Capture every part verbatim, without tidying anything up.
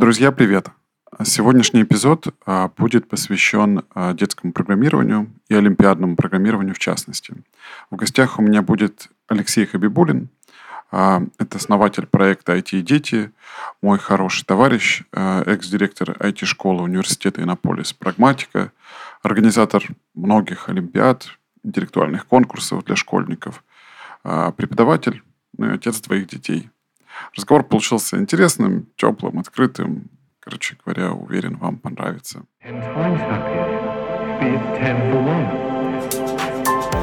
Друзья, привет! Сегодняшний эпизод а, будет посвящен а, детскому программированию и олимпиадному программированию в частности. В гостях у меня будет Алексей Хабибулин. А, Это основатель проекта ай ти и дети, мой хороший товарищ, а, экс-директор ай ти-школы университета Иннополис «Прагматика», организатор многих олимпиад, интеллектуальных конкурсов для школьников, а, преподаватель, ну и отец двоих детей. Разговор получился интересным, теплым, открытым. Короче говоря, уверен, вам понравится. Ten times happier. Be it ten for one.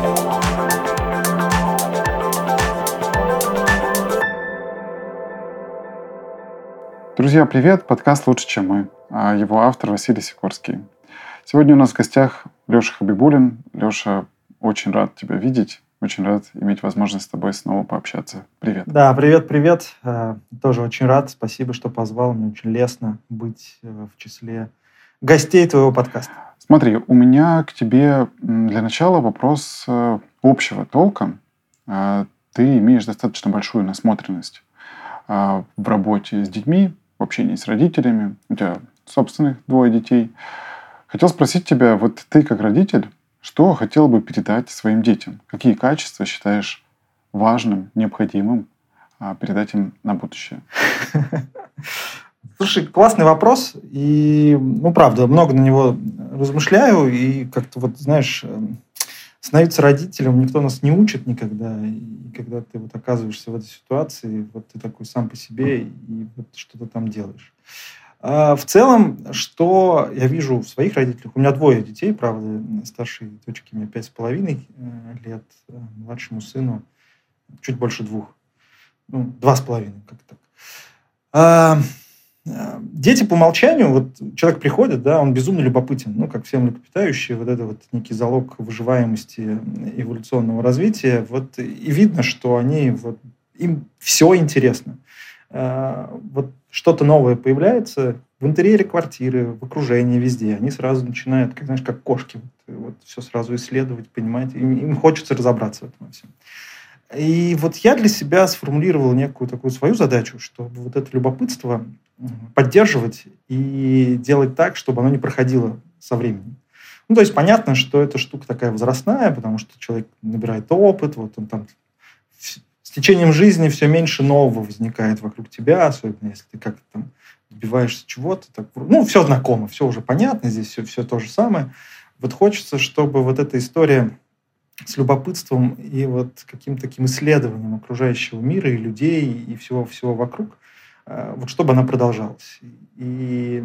Друзья, привет! Подкаст «Лучше, чем мы». А Его автор Василий Сикорский. Сегодня у нас в гостях Леша Хабибулин. Леша, очень рад тебя видеть. Очень рад иметь возможность с тобой снова пообщаться. Привет. Да, привет-привет. Тоже очень рад. Спасибо, что позвал. Мне очень лестно быть в числе гостей твоего подкаста. Смотри, у меня к тебе для начала вопрос э, общего толка. Э, Ты имеешь достаточно большую насмотренность э, в работе с детьми, в общении с родителями. У тебя собственных двое детей. Хотел спросить тебя, вот ты как родитель, что хотел бы передать своим детям? Какие качества считаешь важным, необходимым а, передать им на будущее? Слушай, классный вопрос. И, ну, правда, много на него размышляю. И как-то вот, знаешь, становиться родителем никто нас не учит никогда. И когда ты вот оказываешься в этой ситуации, вот ты такой сам по себе и вот что-то там делаешь. А в целом, что я вижу в своих родителях, у меня двое детей, правда, старшей дочке мне пять с половиной лет, младшему сыну чуть больше двух, ну, два с половиной, как так. А, дети по умолчанию, вот человек приходит, да, он безумно любопытен, ну, как все млекопитающие, вот это вот некий залог выживаемости эволюционного развития, вот, и видно, что они, вот, им все интересно. А, вот что-то новое появляется в интерьере квартиры, в окружении, везде. Они сразу начинают, как, знаешь, как кошки, вот, вот все сразу исследовать, понимать. Им, им хочется разобраться в этом во всем. И вот я для себя сформулировал некую такую свою задачу, чтобы вот это любопытство поддерживать и делать так, чтобы оно не проходило со временем. Ну, то есть понятно, что эта штука такая возрастная, потому что человек набирает опыт, вот он там... С течением жизни все меньше нового возникает вокруг тебя, особенно если ты как-то там добиваешься чего-то. Так, ну, все знакомо, все уже понятно, здесь все, все то же самое. Вот хочется, чтобы вот эта история с любопытством и вот каким-то таким исследованием окружающего мира и людей, и всего-всего вокруг, вот чтобы она продолжалась. И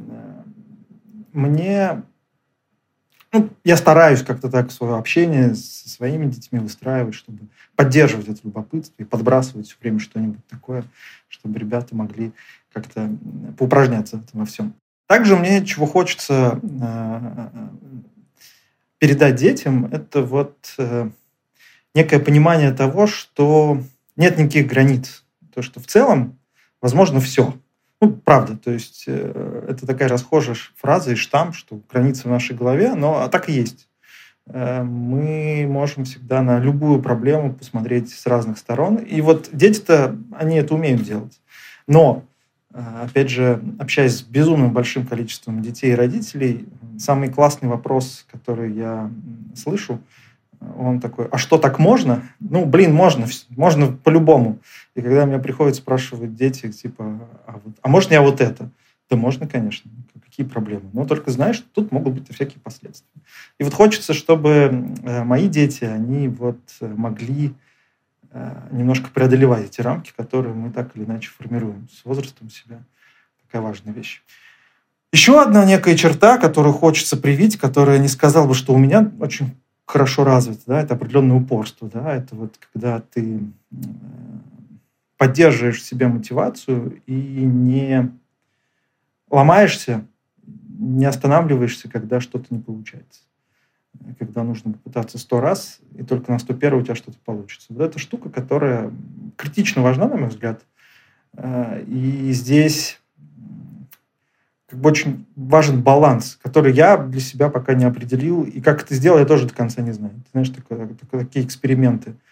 мне... Ну, я стараюсь как-то так свое общение со своими детьми выстраивать, чтобы поддерживать это любопытство и подбрасывать все время что-нибудь такое, чтобы ребята могли как-то поупражняться в этом во всем. Также мне чего хочется э, передать детям, это вот э, некое понимание того, что нет никаких границ. То, что в целом возможно все. Ну, правда, то есть э, это такая расхожая фраза и штамп, что границы в нашей голове, но так и есть. Э, мы можем всегда на любую проблему посмотреть с разных сторон. И вот дети-то, они это умеют делать. Но, э, опять же, общаясь с безумно большим количеством детей и родителей, самый классный вопрос, который я слышу, он такой: а что, так можно? Ну, блин, можно, можно по-любому. И когда меня приходят спрашивать дети, типа, а, вот, а можно я вот это? Да можно, конечно. Какие проблемы? Но только знаешь, что тут могут быть всякие последствия. И вот хочется, чтобы мои дети, они вот могли немножко преодолевать эти рамки, которые мы так или иначе формируем с возрастом себя. Такая важная вещь. Еще одна некая черта, которую хочется привить, которая не сказал бы, что у меня очень хорошо развито, да, это определенное упорство, да, это вот когда ты поддерживаешь в себе мотивацию и не ломаешься, не останавливаешься, когда что-то не получается. Когда нужно попытаться сто раз, и только на сто первый у тебя что-то получится. Вот эта штука, которая критично важна, на мой взгляд. И здесь как бы очень важен баланс, который я для себя пока не определил. И как это сделал, я тоже до конца не знаю. Ты знаешь, такое, такое, такие эксперименты.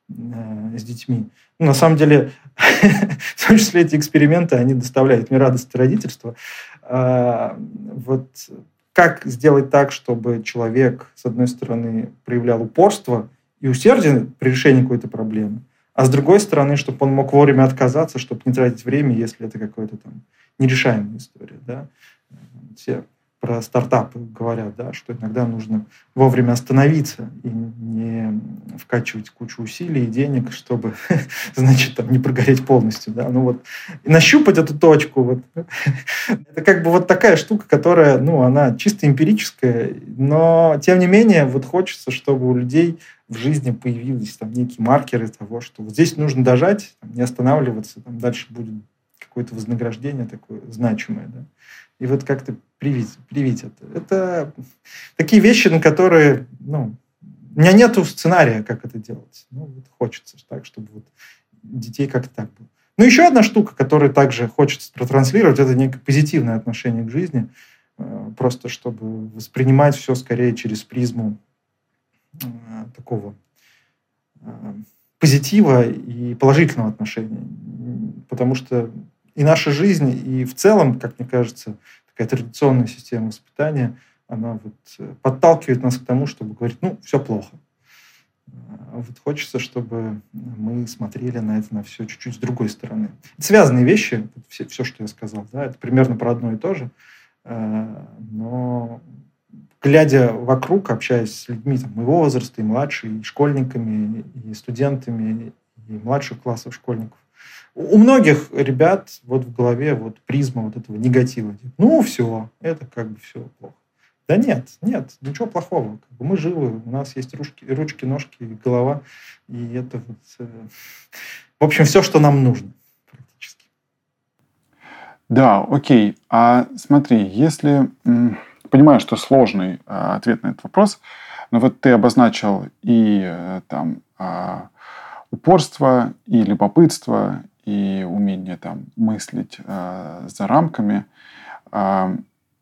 э, с детьми. Ну, на самом деле, в том числе эти эксперименты, они доставляют мне радость родительства. А, вот как сделать так, чтобы человек, с одной стороны, проявлял упорство и усердие при решении какой-то проблемы, а с другой стороны, чтобы он мог вовремя отказаться, чтобы не тратить время, если это какая-то там нерешаемая история. Да? Все про стартапы говорят, да, что иногда нужно вовремя остановиться и не вкачивать кучу усилий и денег, чтобы, значит, там, не прогореть полностью. Да? Ну, вот. И нащупать эту точку. Вот. Это как бы вот такая штука, которая, ну, она чисто эмпирическая, но, тем не менее, вот хочется, чтобы у людей в жизни появились там некие маркеры того, что вот здесь нужно дожать, там, не останавливаться, там дальше будет какое-то вознаграждение такое значимое. Да? И вот как-то привить, привить это. Это такие вещи, на которые, ну, у меня нету сценария, как это делать. Ну, вот хочется так, чтобы вот детей как-то так было. Ну, еще одна штука, которую также хочется протранслировать, это некое позитивное отношение к жизни, просто чтобы воспринимать все скорее через призму такого позитива и положительного отношения. Потому что и наша жизнь, и в целом, как мне кажется, такая традиционная система воспитания, она вот подталкивает нас к тому, чтобы говорить, ну, все плохо. Вот хочется, чтобы мы смотрели на это, на все чуть-чуть с другой стороны. Это связанные вещи, все, все, что я сказал, да, это примерно про одно и то же. Но глядя вокруг, общаясь с людьми там, моего возраста, и младше, и школьниками, и студентами, и младших классов школьников, у многих ребят вот в голове вот призма вот этого негатива. Ну, все, это как бы все плохо. Да нет, нет, ничего плохого. Как бы мы живы, у нас есть ручки, ручки, ножки, голова. И это вот, э, в общем, все, что нам нужно практически. Да, окей. А смотри, если... Понимаю, что сложный а, ответ на этот вопрос, но вот ты обозначил и там а, упорство, и любопытство, и умение там мыслить а, за рамками. А,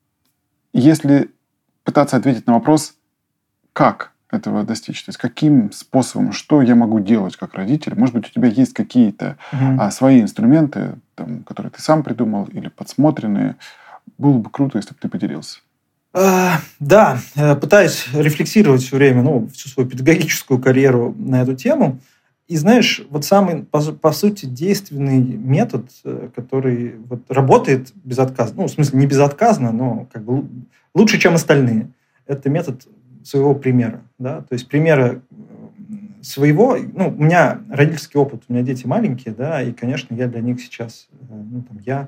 если пытаться ответить на вопрос, как этого достичь, то есть каким способом, что я могу делать как родитель, может быть, у тебя есть какие-то mm-hmm. а, свои инструменты, там, которые ты сам придумал или подсмотренные, было бы круто, если бы ты поделился. Да, пытаюсь рефлексировать все время, ну, всю свою педагогическую карьеру на эту тему. И знаешь, вот самый, по, по сути, действенный метод, который вот работает безотказно, ну, в смысле, не безотказно, но как бы лучше, чем остальные, это метод своего примера. Да? То есть примера своего, ну, у меня родительский опыт, у меня дети маленькие, да, и, конечно, я для них сейчас, ну, там, я...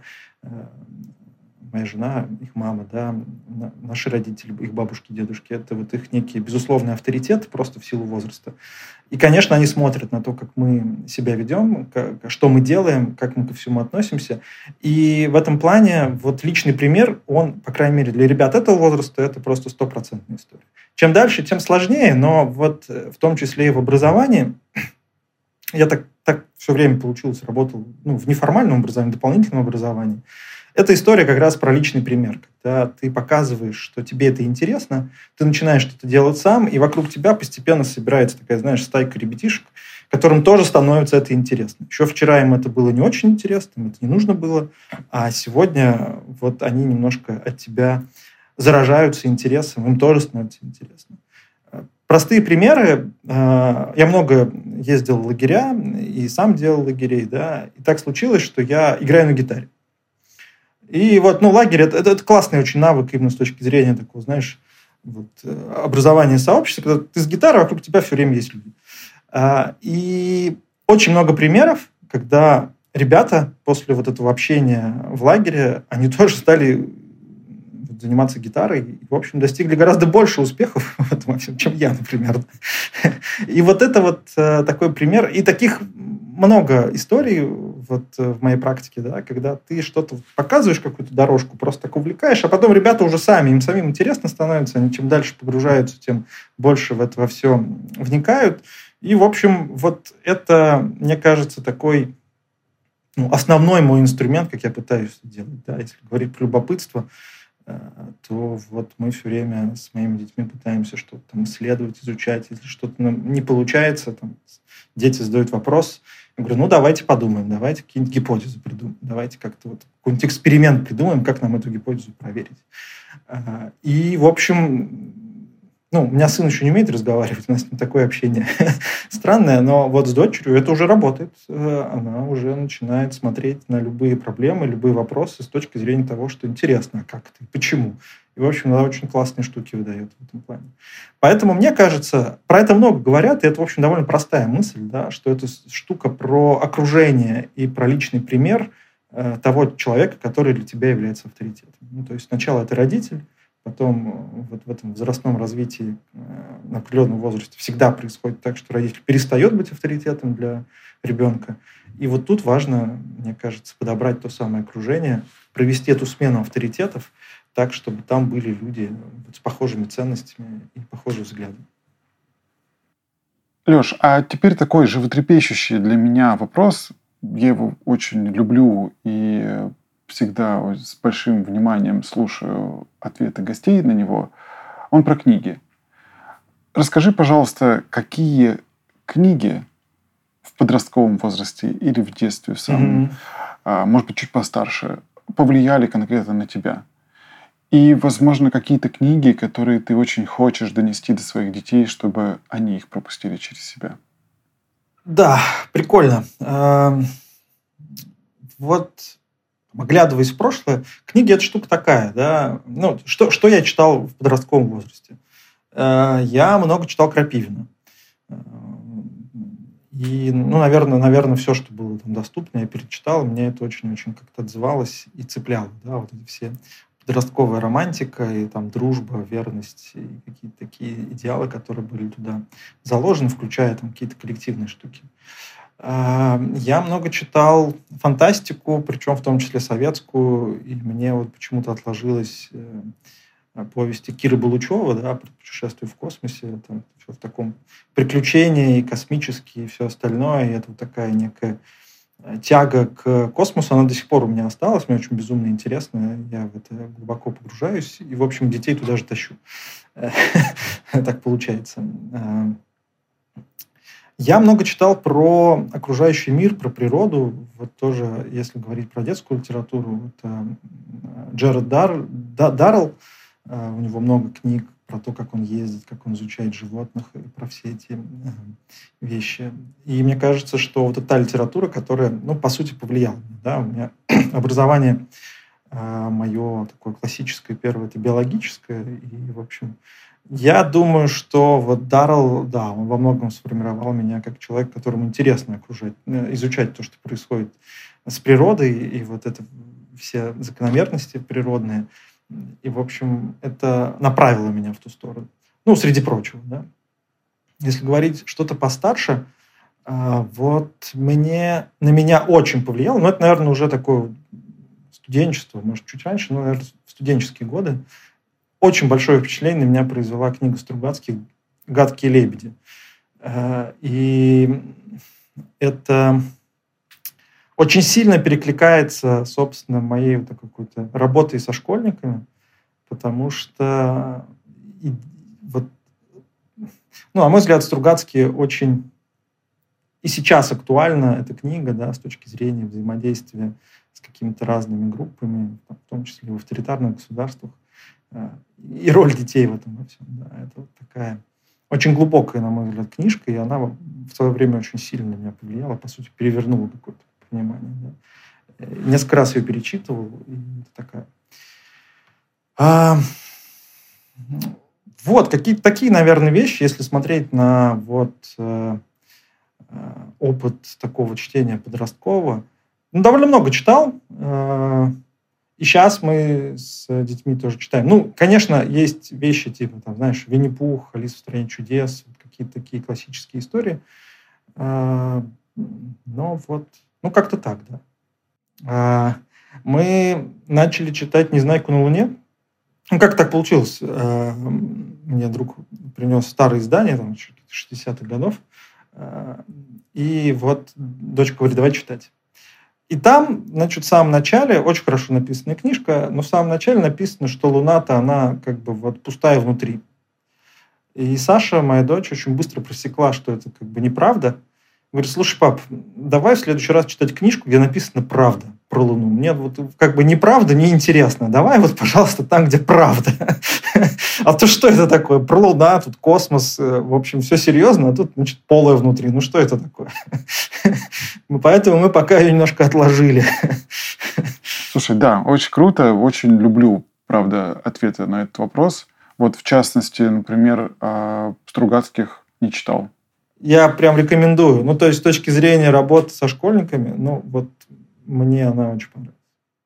моя жена, их мама, да, наши родители, их бабушки, дедушки, это вот их некий безусловный авторитет просто в силу возраста. И, конечно, они смотрят на то, как мы себя ведем, как, что мы делаем, как мы ко всему относимся. И в этом плане вот личный пример, он, по крайней мере, для ребят этого возраста, это просто стопроцентная история. Чем дальше, тем сложнее, но вот в том числе и в образовании, я так, так все время получилось, работал ну, в неформальном образовании, дополнительном образовании. Эта история как раз про личный пример. Когда ты показываешь, что тебе это интересно, ты начинаешь что-то делать сам, и вокруг тебя постепенно собирается такая, знаешь, стайка ребятишек, которым тоже становится это интересно. Еще вчера им это было не очень интересно, им это не нужно было, а сегодня вот они немножко от тебя заражаются интересом, им тоже становится интересно. Простые примеры. Я много ездил в лагеря и сам делал лагерей, да, и так случилось, что я играю на гитаре. И вот, ну, лагерь это, это, это классный очень навык именно с точки зрения такого, знаешь, вот, образования сообщества, когда ты с гитарой, вокруг тебя все время есть люди. И очень много примеров, когда ребята после вот этого общения в лагере, они тоже стали заниматься гитарой и, в общем, достигли гораздо больше успехов в этом, чем я, например. И вот это вот такой пример. И таких много историй вот в моей практике, да, когда ты что-то показываешь, какую-то дорожку, просто так увлекаешь, а потом ребята уже сами, им самим интересно становится, они чем дальше погружаются, тем больше в это во все вникают. И, в общем, вот это, мне кажется, такой ну, основной мой инструмент, как я пытаюсь делать, да, если говорить про любопытство, то вот мы все время с моими детьми пытаемся что-то там исследовать, изучать. Если что-то нам не получается, там, дети задают вопрос, я говорю, ну, давайте подумаем, давайте какие-нибудь гипотезы придумаем, давайте как-то вот какой-нибудь эксперимент придумаем, как нам эту гипотезу проверить. И, в общем, ну, у меня сын еще не умеет разговаривать, у нас с ним такое общение странное, но вот с дочерью это уже работает. Она уже начинает смотреть на любые проблемы, любые вопросы с точки зрения того, что интересно, а как это, почему. И, в общем, она очень классные штуки выдает в этом плане. Поэтому, мне кажется, про это много говорят, и это, в общем, довольно простая мысль, да, что это штука про окружение и про личный пример э, того человека, который для тебя является авторитетом. Ну, то есть сначала это родитель, потом вот в этом возрастном развитии э, на определенном возрасте всегда происходит так, что родитель перестает быть авторитетом для ребенка. И вот тут важно, мне кажется, подобрать то самое окружение, провести эту смену авторитетов так, чтобы там были люди с похожими ценностями и похожими взглядами. Леш, а теперь такой животрепещущий для меня вопрос. Я его очень люблю и всегда с большим вниманием слушаю ответы гостей на него. Он про книги. Расскажи, пожалуйста, какие книги в подростковом возрасте или в детстве в самом, mm-hmm. может быть, чуть постарше, повлияли конкретно на тебя? И, возможно, какие-то книги, которые ты очень хочешь донести до своих детей, чтобы они их пропустили через себя. Да, прикольно. Вот, оглядываясь в прошлое, книги — это штука такая, да. Ну, что, что я читал в подростковом возрасте? Я много читал Крапивина. И, ну, наверное, наверное, все, что было там доступно, я перечитал, мне это очень-очень как-то отзывалось и цепляло, да, вот эти все подростковая романтика и там дружба, верность и какие-то такие идеалы, которые были туда заложены, включая там какие-то коллективные штуки. Я много читал фантастику, причем в том числе советскую, и мне вот почему-то отложилось повести Киры Балучева, да, про путешествие в космосе, там все в таком приключении, и космические, и все остальное, и это вот такая некая тяга к космосу, она до сих пор у меня осталась, мне очень безумно интересно, я в это глубоко погружаюсь, и, в общем, детей туда же тащу. Так получается. Я много читал про окружающий мир, про природу, вот тоже, если говорить про детскую литературу, это Джеред Дар, Даррелл, у него много книг про то, как он ездит, как он изучает животных, и про все эти вещи. И мне кажется, что вот это та литература, которая, ну, по сути, повлияла. Да? У меня образование мое такое классическое, первое, это биологическое. И, в общем, я думаю, что вот Даррелл, да, он во многом сформировал меня как человек, которому интересно окружать, изучать то, что происходит с природой, и вот это все закономерности природные. И, в общем, это направило меня в ту сторону. Ну, среди прочего, да. Если говорить что-то постарше, вот мне, на меня очень повлияло, но это, наверное, уже такое студенчество, может, чуть раньше, но, наверное, в студенческие годы. Очень большое впечатление на меня произвела книга Стругацких «Гадкие лебеди». И это очень сильно перекликается, собственно, моей вот такой какой-то работой со школьниками, потому что и, вот, ну, на мой взгляд, Стругацкие очень и сейчас актуальна эта книга, да, с точки зрения взаимодействия с какими-то разными группами, в том числе в авторитарных государствах, и роль детей в этом во всем. Да. Это вот такая очень глубокая, на мой взгляд, книжка, и она в свое время очень сильно на меня повлияла, по сути, перевернула какое-то понимание. Да. Несколько раз ее перечитывал, и это такая... А... Вот, какие-то такие, наверное, вещи, если смотреть на вот, э, опыт такого чтения подросткового. Ну, довольно много читал, э, и сейчас мы с детьми тоже читаем. Ну, конечно, есть вещи типа, там, знаешь, Винни-Пух, Алиса в стране чудес, какие-то такие классические истории. Э, но вот, ну, как-то так, да. Э, мы начали читать «Незнайку на Луне». Ну, как так получилось? Мне друг принес старые издания, там, шестидесятых годов, и вот дочка говорит, давай читать. И там, значит, в самом начале, очень хорошо написанная книжка, но в самом начале написано, что Луна-то, она как бы вот пустая внутри. И Саша, моя дочь, очень быстро просекла, что это как бы неправда. Говорит, слушай, пап, давай в следующий раз читать книжку, где написано правда про Луну. Мне вот как бы неправда неинтересно. Давай вот, пожалуйста, там, где правда. А то что это такое? Про Луна, тут космос, в общем, все серьезно, а тут, значит, полое внутри. Ну что это такое? Поэтому мы пока ее немножко отложили. Слушай, да, очень круто, очень люблю, правда, ответы на этот вопрос. Вот, в частности, например, Стругацких не читал. Я прям рекомендую. Ну, то есть, с точки зрения работы со школьниками, ну, вот мне она очень понравилась.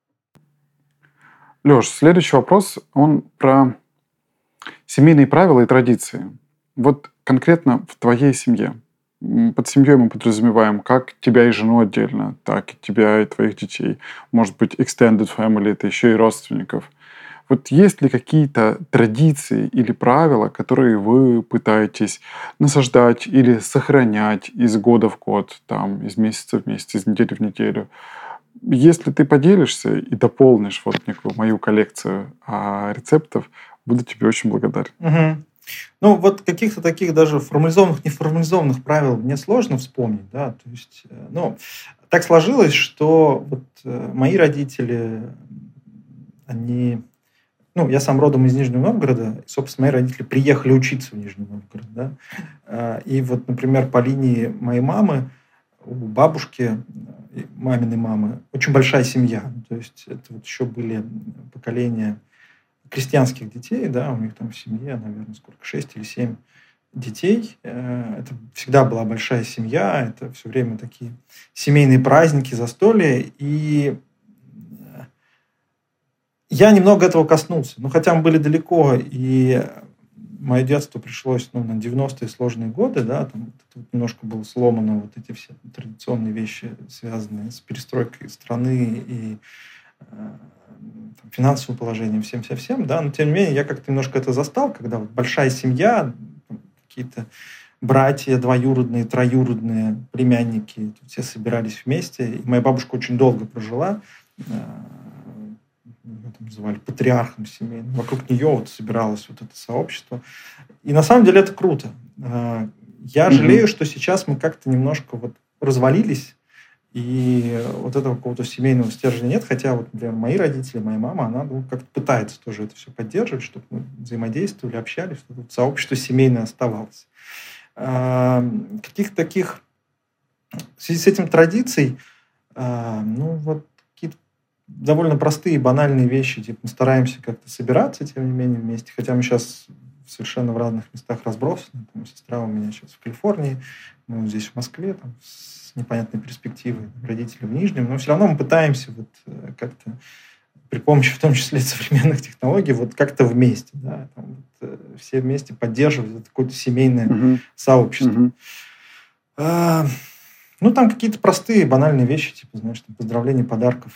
Леш, следующий вопрос, он про семейные правила и традиции. Вот конкретно в твоей семье. Под семьей мы подразумеваем как тебя и жену отдельно, так и тебя и твоих детей. Может быть, extended family, это еще и родственников. Вот есть ли какие-то традиции или правила, которые вы пытаетесь насаждать или сохранять из года в год, там, из месяца в месяц, из недели в неделю? Если ты поделишься и дополнишь вот некую мою коллекцию а, рецептов, буду тебе очень благодарен. Угу. Ну, вот каких-то таких даже формализованных, неформализованных правил мне сложно вспомнить, да, то есть, ну, так сложилось, что вот мои родители, они... Ну, я сам родом из Нижнего Новгорода, и, собственно, мои родители приехали учиться в Нижний Новгород, да. И вот, например, по линии моей мамы, у бабушки, маминой мамы, очень большая семья. То есть это вот еще были поколения крестьянских детей, да, у них там в семье, наверное, сколько, шесть или семь детей. Это всегда была большая семья, это все время такие семейные праздники, застолья, и я немного этого коснулся. Ну, хотя мы были далеко, и мое детство пришлось ну, на девяностые сложные годы, да, там вот немножко было сломано вот эти все традиционные вещи, связанные с перестройкой страны и э, там, финансовым положением, всем-всем-всем, да, но тем не менее я как-то немножко это застал, когда вот большая семья, там, какие-то братья двоюродные, троюродные, племянники, все собирались вместе, и моя бабушка очень долго прожила, э, называли патриархом семейным. Вокруг нее вот собиралось вот это сообщество. И на самом деле это круто. Я mm-hmm. жалею, что сейчас мы как-то немножко вот развалились, и вот этого какого-то семейного стержня нет. Хотя вот, например, мои родители, моя мама, она ну, как-то пытается тоже это все поддерживать, чтобы мы взаимодействовали, общались, чтобы сообщество семейное оставалось. Каких-то таких... В связи с этим традиций, ну вот довольно простые, банальные вещи. Типа мы стараемся как-то собираться, тем не менее, вместе. Хотя мы сейчас совершенно в разных местах разбросаны. Там, сестра у меня сейчас в Калифорнии, мы здесь в Москве, там, с непонятной перспективой, родители в Нижнем. Но все равно мы пытаемся вот как-то при помощи, в том числе, современных технологий, вот как-то вместе. Да, там, вот, все вместе поддерживать это какое-то семейное uh-huh. сообщество. Uh-huh. А, ну, там какие-то простые, банальные вещи, типа, знаешь, там, поздравления, подарков,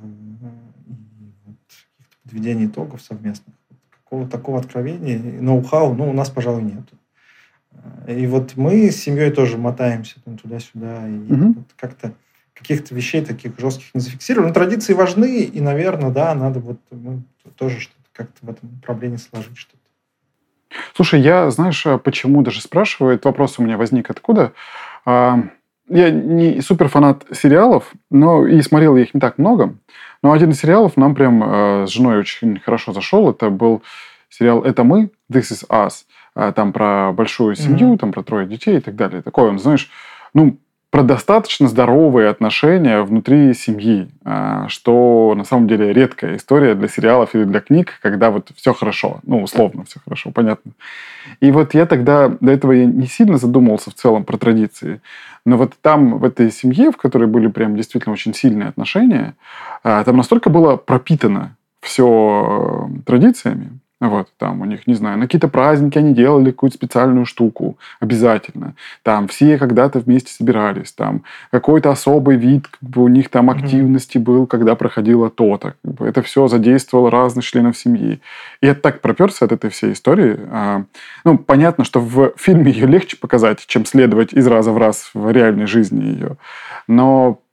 подведение итогов совместных. Какого такого откровения, ноу-хау, ну, у нас, пожалуй, нет. И вот мы с семьей тоже мотаемся там, туда-сюда, и угу. вот как-то каких-то вещей таких жестких не зафиксировали. Но традиции важны, и, наверное, да, надо вот ну, тоже что-то как-то в этом направлении сложить что-то. Слушай, я, знаешь, почему даже спрашиваю, этот вопрос у меня возник откуда? Я не суперфанат сериалов, но и смотрел я их не так много. Но один из сериалов нам прям э, с женой очень хорошо зашел. Это был сериал «Это мы», «This is us». Э, там про большую семью, mm-hmm. там про трое детей и так далее. Такой он, знаешь, ну, про достаточно здоровые отношения внутри семьи, э, что на самом деле редкая история для сериалов или для книг, когда вот все хорошо. Ну, условно все хорошо, понятно. И вот я тогда, до этого я не сильно задумывался в целом про традиции, но вот там, в этой семье, в которой были прям действительно очень сильные отношения, там настолько было пропитано все традициями. Вот, там у них, не знаю, на какие-то праздники они делали какую-то специальную штуку обязательно. Там все когда-то вместе собирались. Там какой-то особый вид как бы, у них там активности mm-hmm. был, когда проходило то-то. Как бы, это все задействовало разных членов семьи. И я так проперся от этой всей истории. А, ну, понятно, что в фильме ее легче показать, чем следовать из раза в раз в реальной жизни ее. Но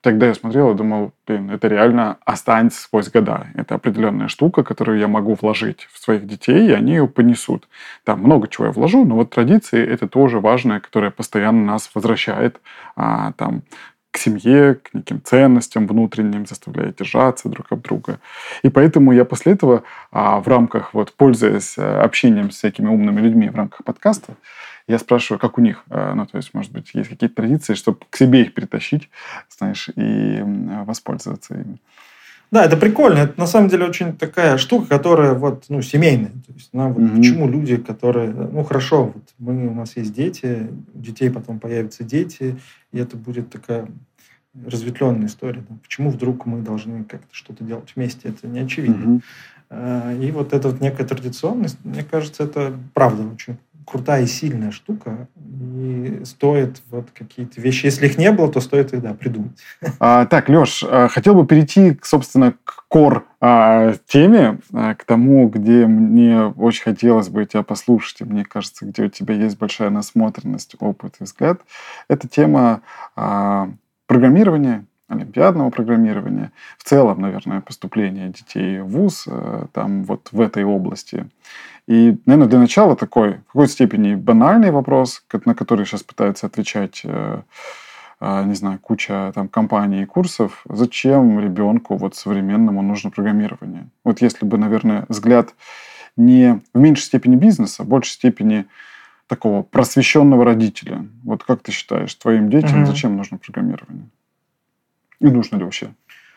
тогда я смотрел и думал, блин, это реально останется сквозь года. Это определенная штука, которую я могу вложить в своих детей, и они ее понесут. Там много чего я вложу, но вот традиции — это тоже важное, которое постоянно нас возвращает а, там, к семье, к неким ценностям внутренним, заставляет держаться друг об друга. И поэтому я после этого а, в рамках, вот, пользуясь а, общением с всякими умными людьми в рамках подкаста, я спрашиваю, как у них, а, ну, то есть, может быть, есть какие-то традиции, чтобы к себе их перетащить, знаешь, и м, воспользоваться ими. Да, это прикольно. Это на самом деле очень такая штука, которая вот, ну, семейная. То есть, ну, вот Мгм. почему люди, которые... Ну, хорошо, вот мы, у нас есть дети, у детей потом появятся дети, и это будет такая разветвленная история. Да. Почему вдруг мы должны как-то что-то делать вместе? Это не очевидно. Мгм. А, И вот эта вот некая традиционность, мне кажется, это правда очень крутая и сильная штука. И стоит вот какие-то вещи, если их не было, то стоит их, да, придумать. А, так, Леш, а, хотел бы перейти, к, собственно, к кор а, теме, а, к тому, где мне очень хотелось бы тебя послушать, и мне кажется, где у тебя есть большая насмотренность, опыт и взгляд. Это тема а, программирования, олимпиадного программирования, в целом, наверное, поступления детей в вуз, а, там вот в этой области. И, наверное, для начала такой, в какой-то степени банальный вопрос, ко- на который сейчас пытаются отвечать, э, а, не знаю, куча там компаний и курсов. Зачем ребенку вот современному нужно программирование? Вот если бы, наверное, взгляд не в меньшей степени бизнеса, а в большей степени такого просвещенного родителя. Вот как ты считаешь, твоим детям Мгм. зачем нужно программирование? И нужно ли вообще?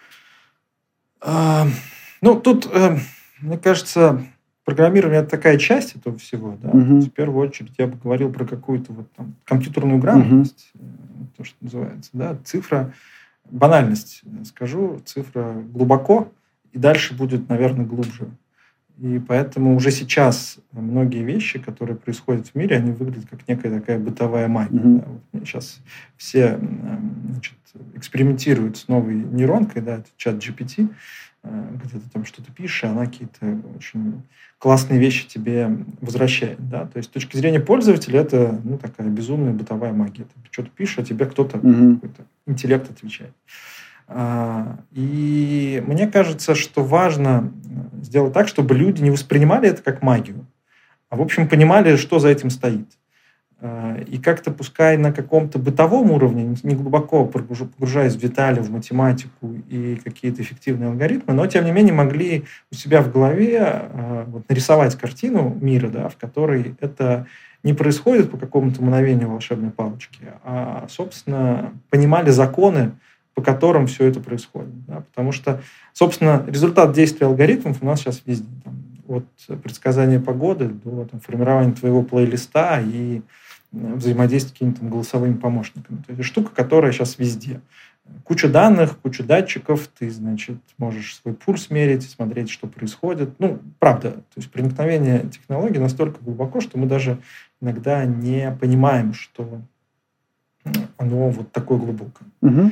А, Ну, тут, э, мне кажется, программирование – это такая часть этого всего. Да? Мгм. В первую очередь я бы говорил про какую-то вот там компьютерную грамотность, э, то, что называется. Да? Цифра, банальность э, скажу, цифра глубоко, и дальше будет, наверное, глубже. И поэтому уже сейчас многие вещи, которые происходят в мире, они выглядят как некая такая бытовая магия. Мгм. Да? Вот сейчас все м, значит, экспериментируют с новой нейронкой, да, это чат джи пи ти, э, где ты там что-то пишешь, и она какие-то очень классные вещи тебе возвращает. Да? То есть с точки зрения пользователя это, ну, такая безумная бытовая магия. Ты что-то пишешь, а тебе кто-то, Мгм. какой-то интеллект отвечает. А, И мне кажется, что важно э, сделать так, чтобы люди не воспринимали это как магию, а, в общем, понимали, что за этим стоит. А, И как-то, пускай на каком-то бытовом уровне, не не глубоко погруж- погружаясь в детали, в математику и какие-то эффективные алгоритмы, но, тем не менее, могли у себя в голове а, вот, нарисовать картину мира, да, в которой это не происходит по какому-то мгновению волшебной палочки, а, собственно, понимали законы, по которым все это происходит. Да? Потому что, собственно, результат действия алгоритмов у нас сейчас везде. Там, от предсказания погоды до там, формирования твоего плейлиста и э, взаимодействия с какими-то там голосовыми помощниками. То есть штука, которая сейчас везде. Куча данных, куча датчиков, ты, значит, можешь свой пульс мерить, смотреть, что происходит. Ну, правда, то есть проникновение технологий настолько глубоко, что мы даже иногда не понимаем, что э, оно вот такое глубокое. Мгм.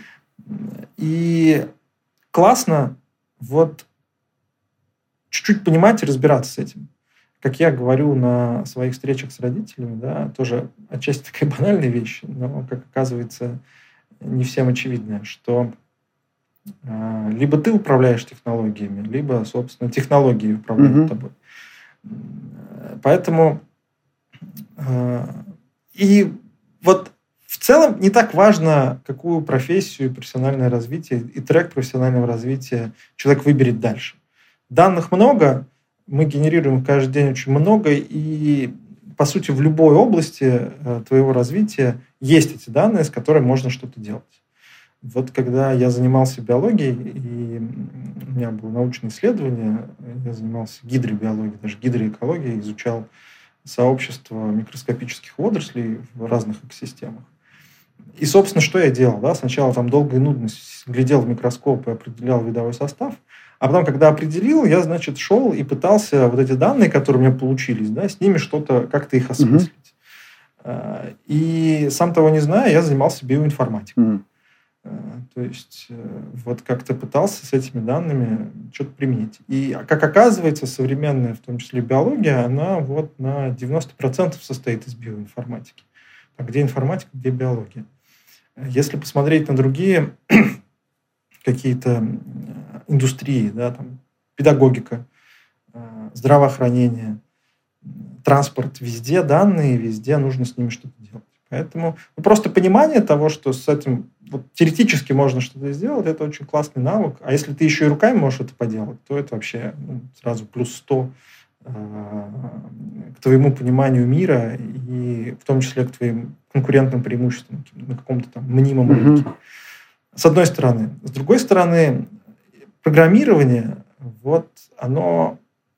И классно вот чуть-чуть понимать и разбираться с этим. Как я говорю на своих встречах с родителями, да, тоже отчасти такая банальная вещь, но, как оказывается, не всем очевидная, что а, либо ты управляешь технологиями, либо, собственно, технологии управляют Мгм. тобой. М, Поэтому а, и вот в целом не так важно, какую профессию, профессиональное развитие и трек профессионального развития человек выберет дальше. Данных много, мы генерируем их каждый день очень много, и, по сути, в любой области э, твоего развития есть эти данные, с которыми можно что-то делать. Вот когда я занимался биологией, и у меня было научное исследование, я занимался гидробиологией, даже гидроэкологией, изучал сообщество микроскопических водорослей в разных экосистемах. И, собственно, что я делал? Да? Сначала там долго и нудно глядел в микроскоп и определял видовой состав, а потом, когда определил, я, значит, шел и пытался вот эти данные, которые у меня получились, да, с ними что-то, как-то их осмыслить. А, И сам того не зная, я занимался биоинформатикой. Мгм. А, То есть э, вот как-то пытался с этими данными что-то применить. И, как оказывается, современная, в том числе биология, она вот на девяносто процентов состоит из биоинформатики. А где информатика, где биология? Если посмотреть на другие какие-то индустрии, да, там, педагогика, здравоохранение, транспорт, везде данные, везде нужно с ними что-то делать. Поэтому ну, просто понимание того, что с этим вот, теоретически можно что-то сделать, это очень классный навык. А если ты еще и руками можешь это поделать, то это вообще ну, сразу плюс сто э, к твоему пониманию мира и в том числе к твоим конкурентным преимуществам на каком-то там мнимом Mm-hmm. рынке. С одной стороны. С другой стороны, программирование, вот оно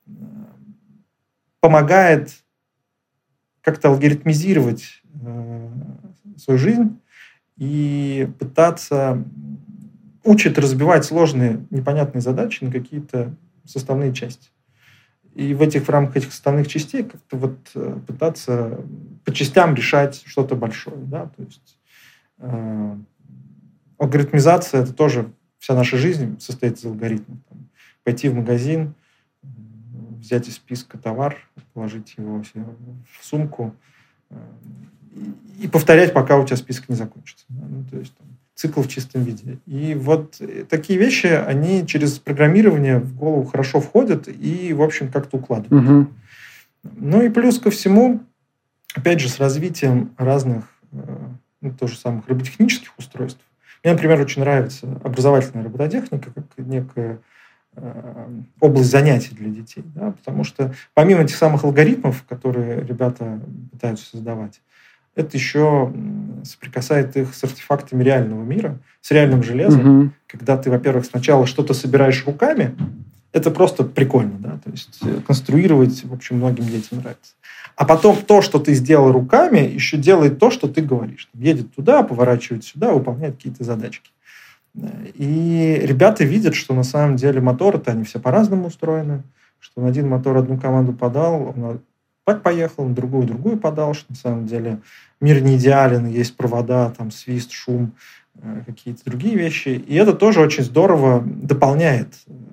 помогает как-то алгоритмизировать э, свою жизнь и пытаться учит разбивать сложные, непонятные задачи на какие-то составные части. И в этих в рамках этих составных частей как-то вот э, пытаться по частям решать что-то большое. Да? То есть э, алгоритмизация – это тоже вся наша жизнь состоит из алгоритмов. Там, пойти в магазин, взять из списка товар, положить его себе в сумку э, и, и повторять, пока у тебя список не закончится. Да? Ну, то есть там, цикл в чистом виде. И вот такие вещи, они через программирование в голову хорошо входят и, в общем, как-то укладывают. Угу. Ну и плюс ко всему, опять же, с развитием разных, ну, тоже самых роботехнических устройств. Мне, например, очень нравится образовательная робототехника как некая э, область занятий для детей. Да? Потому что помимо этих самых алгоритмов, которые ребята пытаются создавать, это еще соприкасает их с артефактами реального мира, с реальным железом. Угу. Когда ты, во-первых, сначала что-то собираешь руками, это просто прикольно, да, то есть конструировать, в общем, многим детям нравится. А потом то, что ты сделал руками, еще делает то, что ты говоришь. Едет туда, поворачивает сюда, выполняет какие-то задачки. И ребята видят, что на самом деле моторы-то, они все по-разному устроены, что на один мотор одну команду подал, он так поехал, на другую другую подал, что на самом деле мир не идеален, есть провода, там свист, шум, какие-то другие вещи. И это тоже очень здорово дополняет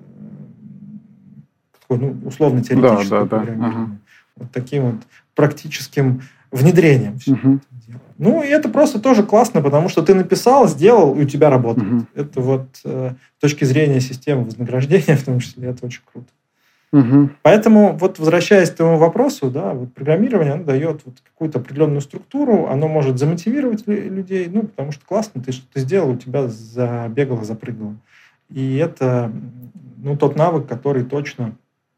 такое, ну, условно-теоретическое да, да, программирование. Да. Ага. Вот таким вот практическим внедрением всего угу. этого дела. Ну, и это просто тоже классно, потому что ты написал, сделал, и у тебя работает. Угу. Это вот э, с точки зрения системы вознаграждения, в том числе, это очень круто. Угу. Поэтому, вот возвращаясь к твоему вопросу, да, вот программирование, оно дает вот какую-то определенную структуру, оно может замотивировать людей, ну, потому что классно, ты что-то сделал, у тебя забегало, запрыгало. И это, ну, тот навык, который точно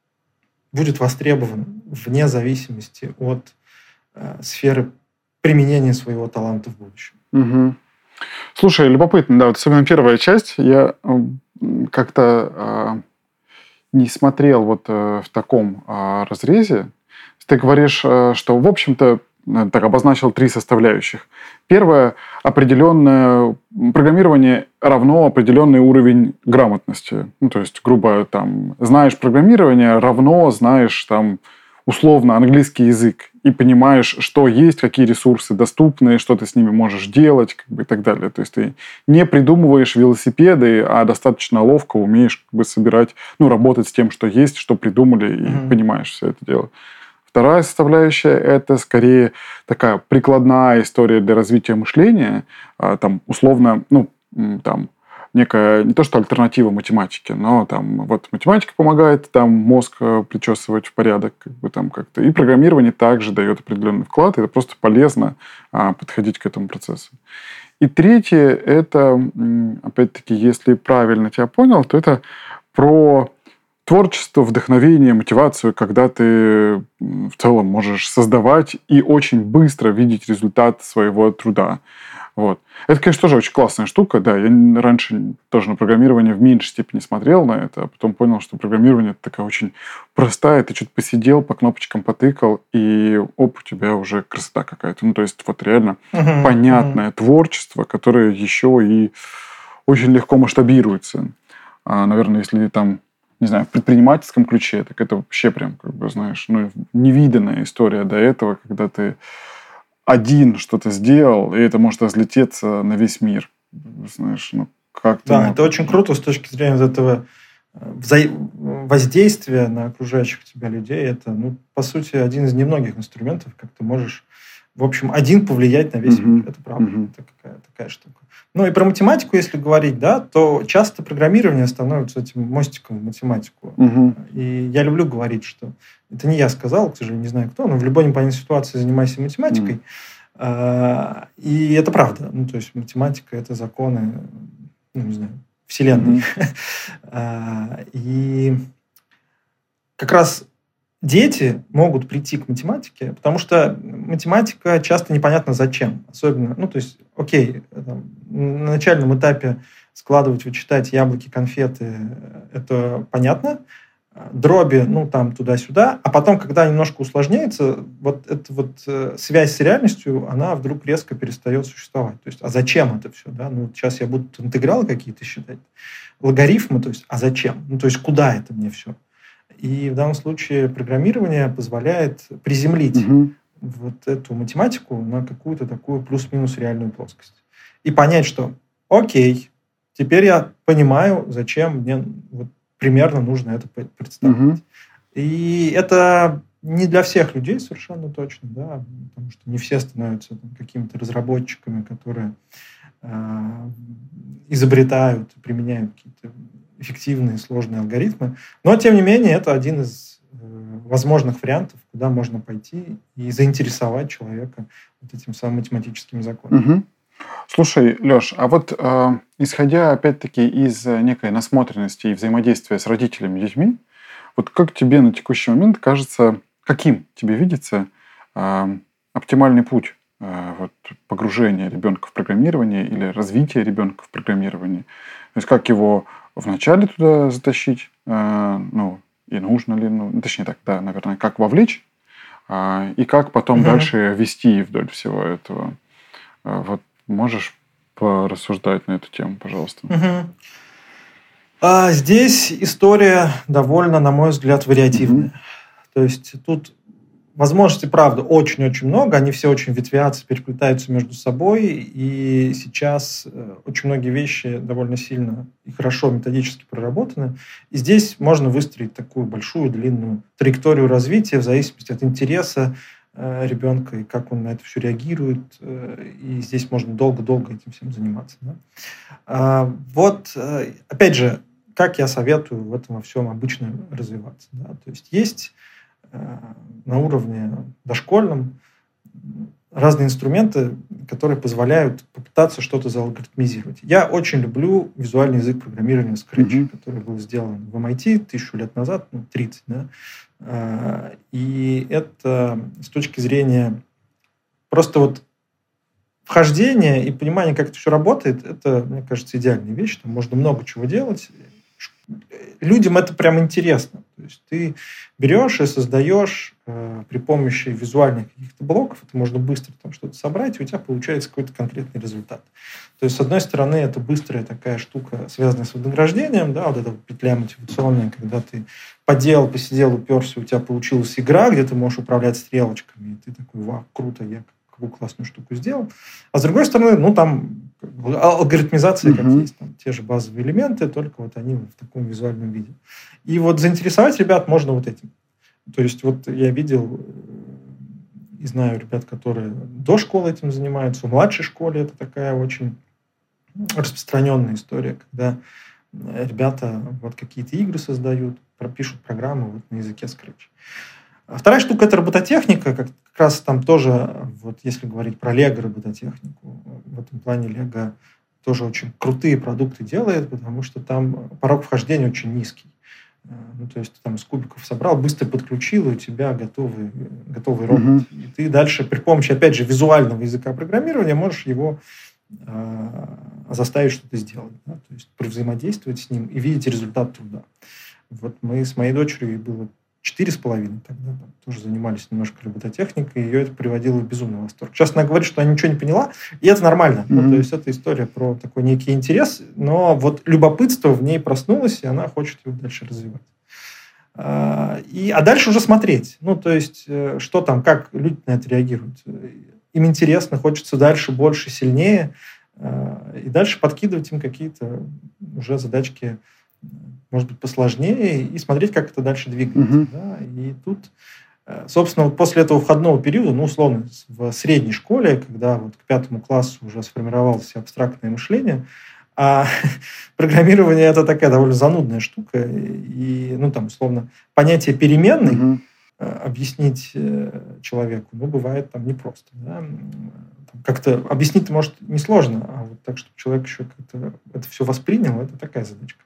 будет востребован вне зависимости от э, сферы применения своего таланта в будущем. Угу. Слушай, любопытно, да, вот особенно первая часть, я э, как-то... Э... не смотрел вот э, в таком э, разрезе. Ты говоришь, э, что, в общем-то, э, так обозначил три составляющих. Первое, определенное программирование равно определенный уровень грамотности. Ну, то есть, грубо, там, знаешь программирование, равно знаешь, там, условно, английский язык. И понимаешь, что есть, какие ресурсы доступны, что ты с ними можешь делать, как бы, и так далее. То есть ты не придумываешь велосипеды, а достаточно ловко умеешь как бы собирать, ну, работать с тем, что есть, что придумали, и mm-hmm. понимаешь все это дело. Вторая составляющая – это скорее такая прикладная история для развития мышления. Там, условно, ну, там, некая, не то что альтернатива математике, но там вот математика помогает там мозг причесывать в порядок, как бы там как-то. И программирование также дает определенный вклад, и это просто полезно а, подходить к этому процессу. И третье, это, опять-таки, если правильно тебя понял, то это про творчество, вдохновение, мотивацию, когда ты в целом можешь создавать и очень быстро видеть результат своего труда. Вот. Это, конечно, тоже очень классная штука. Да, я раньше тоже на программирование в меньшей степени смотрел на это, а потом понял, что программирование это такая очень простая. Ты что-то посидел, по кнопочкам потыкал, и оп, у тебя уже красота какая-то. Ну, то есть вот реально uh-huh, понятное uh-huh. творчество, которое еще и очень легко масштабируется. А, наверное, если там, не знаю, в предпринимательском ключе, так это вообще прям, как бы, знаешь, ну, невиданная история до этого, когда ты один что-то сделал, и это может разлететься на весь мир. Знаешь, ну как Да, мог... это очень круто с точки зрения вот этого вза... воздействия на окружающих тебя людей. Это, ну, по сути, один из немногих инструментов, как ты можешь в общем, один повлиять на весь Мгм. мир. Это правда. Мгм. Это какая, такая штука. Ну и про математику, если говорить, да, то часто программирование становится этим мостиком в математику. Мгм. И я люблю говорить, что это не я сказал, к сожалению, не знаю кто, но в любой непонятной ситуации занимайся математикой. Мгм. А, И это правда. Ну, то есть математика – это законы, ну, не знаю, Вселенной. Мгм. А, И как раз дети могут прийти к математике, потому что математика часто непонятно зачем. Особенно, ну, то есть, окей, там, на начальном этапе складывать, вычитать яблоки, конфеты – это понятно. Дроби, ну, там, туда-сюда. А потом, когда немножко усложняется, вот эта вот э, связь с реальностью, она вдруг резко перестает существовать. То есть, а зачем это все? Да? Ну, вот сейчас я буду интегралы какие-то считать, логарифмы, то есть, а зачем? Ну, то есть, куда это мне все? И в данном случае программирование позволяет приземлить Мгм. вот эту математику на какую-то такую плюс-минус реальную плоскость. И понять, что окей, теперь я понимаю, зачем мне вот примерно нужно это п- представить. Мгм. И это не для всех людей совершенно точно, да, потому что не все становятся там какими-то разработчиками, которые а, изобретают, применяют какие-то эффективные, сложные алгоритмы. Но, тем не менее, это один из э, возможных вариантов, куда можно пойти и заинтересовать человека вот этим самым математическим законом. Мгм. Слушай, Лёш, а вот э, исходя опять-таки из э, некой насмотренности и взаимодействия с родителями и детьми, вот как тебе на текущий момент кажется, каким тебе видится э, оптимальный путь э, вот, погружения ребенка в программирование или развития ребенка в программировании? То есть как его вначале туда затащить, э, ну, и нужно ли, ну, точнее так, да, наверное, как вовлечь, а, и как потом Мгм. дальше вести вдоль всего этого. А, Вот можешь порассуждать на эту тему, пожалуйста? Мгм. А здесь история довольно, на мой взгляд, вариативная. То есть тут возможностей, правда, очень-очень много, они все очень ветвятся, переплетаются между собой, и сейчас э, очень многие вещи довольно сильно и хорошо методически проработаны. И здесь можно выстроить такую большую, длинную траекторию развития в зависимости от интереса э, ребенка и как он на это все реагирует. э, И здесь можно долго-долго этим всем заниматься. Да? А, Вот, э, опять же, как я советую в этом во всем обычно развиваться. Да? То есть есть э, на уровне дошкольном разные инструменты, которые позволяют попытаться что-то зaalгоритмизировать. Я очень люблю визуальный язык программирования Scratch, Мгм. который был сделан в эм ай ти тысячу лет назад, ну, тридцать, да. А, И это с точки зрения просто вот вхождение и понимание, как это все работает, это, мне кажется, идеальная вещь. Там можно много чего делать. Людям это прям интересно. То есть ты берешь и создаешь э, при помощи визуальных каких-то блоков, это можно быстро там что-то собрать, и у тебя получается какой-то конкретный результат. То есть, с одной стороны, это быстрая такая штука, связанная с вознаграждением, да, вот эта вот петля мотивационная, когда ты поделал, посидел, уперся, у тебя получилась игра, где ты можешь управлять стрелочками, и ты такой, вау, круто, я какую классную штуку сделал. А с другой стороны, ну, там как бы алгоритмизация как Мгм. есть, там те же базовые элементы, только вот они в таком визуальном виде. И вот заинтересовать ребят можно вот этим. То есть вот я видел э, и знаю ребят, которые до школы этим занимаются, в младшей школе это такая очень распространенная история, когда э, ребята вот какие-то игры создают, пропишут программы вот на языке Scratch. А вторая штука – это робототехника. Как, как раз там тоже, вот если говорить про Лего робототехнику, в этом плане Лего тоже очень крутые продукты делает, потому что там порог вхождения очень низкий. Э, Ну, то есть ты там из кубиков собрал, быстро подключил, и у тебя готовый, готовый робот. Мгм. И ты дальше при помощи, опять же, визуального языка программирования можешь его э, заставить что-то сделать. Да? То есть взаимодействовать с ним и видеть результат труда. Вот мы с моей дочерью, ей было четыре с половиной тогда, там, тоже занимались немножко робототехникой, и ее это приводило в безумный восторг. Сейчас она говорит, что она ничего не поняла, и это нормально. Ну, Мгм. то есть это история про такой некий интерес, но вот любопытство в ней проснулось, и она хочет его дальше развивать. А, И, а дальше уже смотреть. Ну, то есть, э, что там, как люди на это реагируют. Им интересно, хочется дальше, больше, сильнее. э, И дальше подкидывать им какие-то уже задачки, может быть, посложнее, и смотреть, как это дальше двигается. Мгм. Да? И тут Собственно, вот после этого входного периода, ну, условно, в средней школе, когда вот к пятому классу уже сформировалось абстрактное мышление, а программирование – это такая довольно занудная штука, и, ну, там, условно, понятие переменной mm-hmm. объяснить человеку, ну, бывает там непросто, да? Как-то объяснить-то, может, несложно, а вот так, чтобы человек еще как-то это все воспринял, это такая задачка.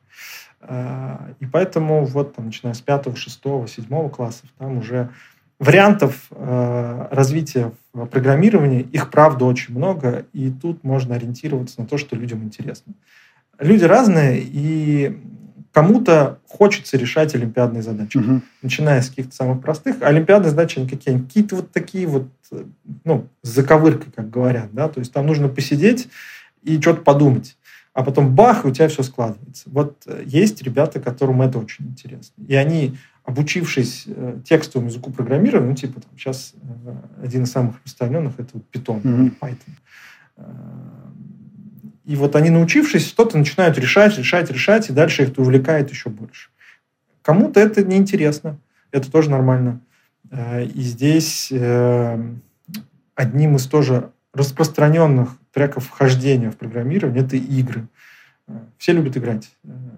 И поэтому вот там, начиная с пятого, шестого, седьмого классов, там уже вариантов э, развития в программировании, их, правда, очень много, и тут можно ориентироваться на то, что людям интересно. Люди разные, и кому-то хочется решать олимпиадные задачи, угу. начиная с каких-то самых простых. Олимпиадные задачи, они какие? Они какие-то вот такие вот, ну, с заковыркой, как говорят, да, то есть там нужно посидеть и что-то подумать. А потом бах, и у тебя все складывается. Вот есть ребята, которым это очень интересно. И они, обучившись текстовому языку программирования, ну, типа, там, сейчас один из самых распространенных – это вот Python, mm-hmm. Python. И вот они, научившись, что-то начинают решать, решать, решать, и дальше их это увлекает еще больше. Кому-то это неинтересно. Это тоже нормально. И здесь одним из тоже распространенных треков вхождения в программирование – это игры. Все любят играть.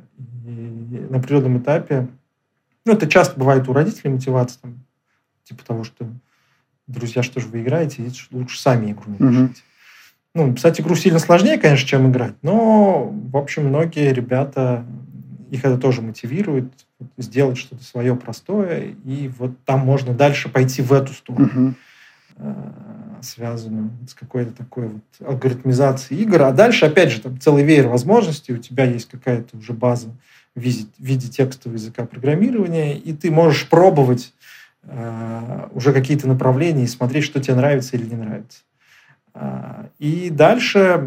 И на определенном этапе, ну, это часто бывает у родителей мотивация, там, типа того, что друзья, что же вы играете, лучше сами игру не пишите. Mm-hmm. Ну, писать игру сильно сложнее, конечно, чем играть, но, в общем, многие ребята, их это тоже мотивирует, сделать что-то свое простое, и вот там можно дальше пойти в эту сторону. Mm-hmm. связанную с какой-то такой вот алгоритмизацией игр. А дальше, опять же, там целый веер возможностей. У тебя есть какая-то уже база в виде, в виде текстового языка программирования, и ты можешь пробовать э, уже какие-то направления и смотреть, что тебе нравится или не нравится. Э, и дальше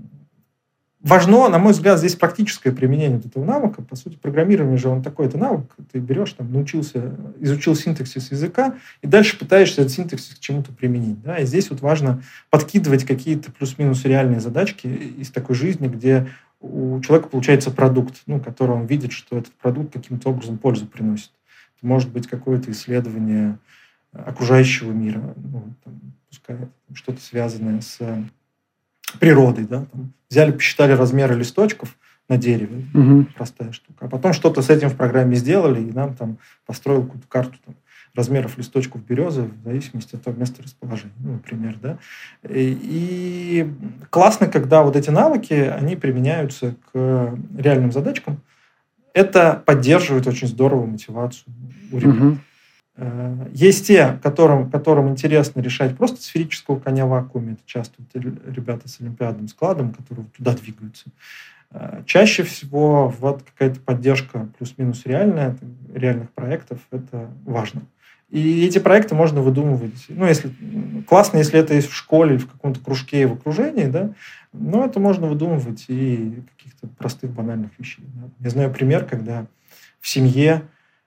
важно, на мой взгляд, здесь практическое применение вот этого навыка. По сути, программирование же, он такой-то навык. Ты берешь, там, научился, изучил синтаксис языка, и дальше пытаешься этот синтаксис к чему-то применить. Да? И здесь вот важно подкидывать какие-то плюс-минус реальные задачки из такой жизни, где у человека получается продукт, ну, который он видит, что этот продукт каким-то образом пользу приносит. Это может быть какое-то исследование окружающего мира, ну, там, пускай что-то связанное с природой, да, там, взяли, посчитали размеры листочков на дереве, угу. простая штука, а потом что-то с этим в программе сделали, и нам там построил какую-то карту там, размеров листочков березы в зависимости от того места расположения, ну, например, да. И, и классно, когда вот эти навыки, они применяются к реальным задачкам. Это поддерживает очень здорово мотивацию у ребят. Угу. Есть те, которым, которым интересно решать просто сферического коня в вакууме. Это часто вот ребята с олимпиадным складом, которые туда двигаются. Чаще всего вот какая-то поддержка плюс-минус реальная, реальных проектов, это важно. И эти проекты можно выдумывать. Ну, если классно, если это есть в школе, в каком-то кружке, в окружении, да, но это можно выдумывать и каких-то простых, банальных вещей. Да. Я знаю пример, когда в семье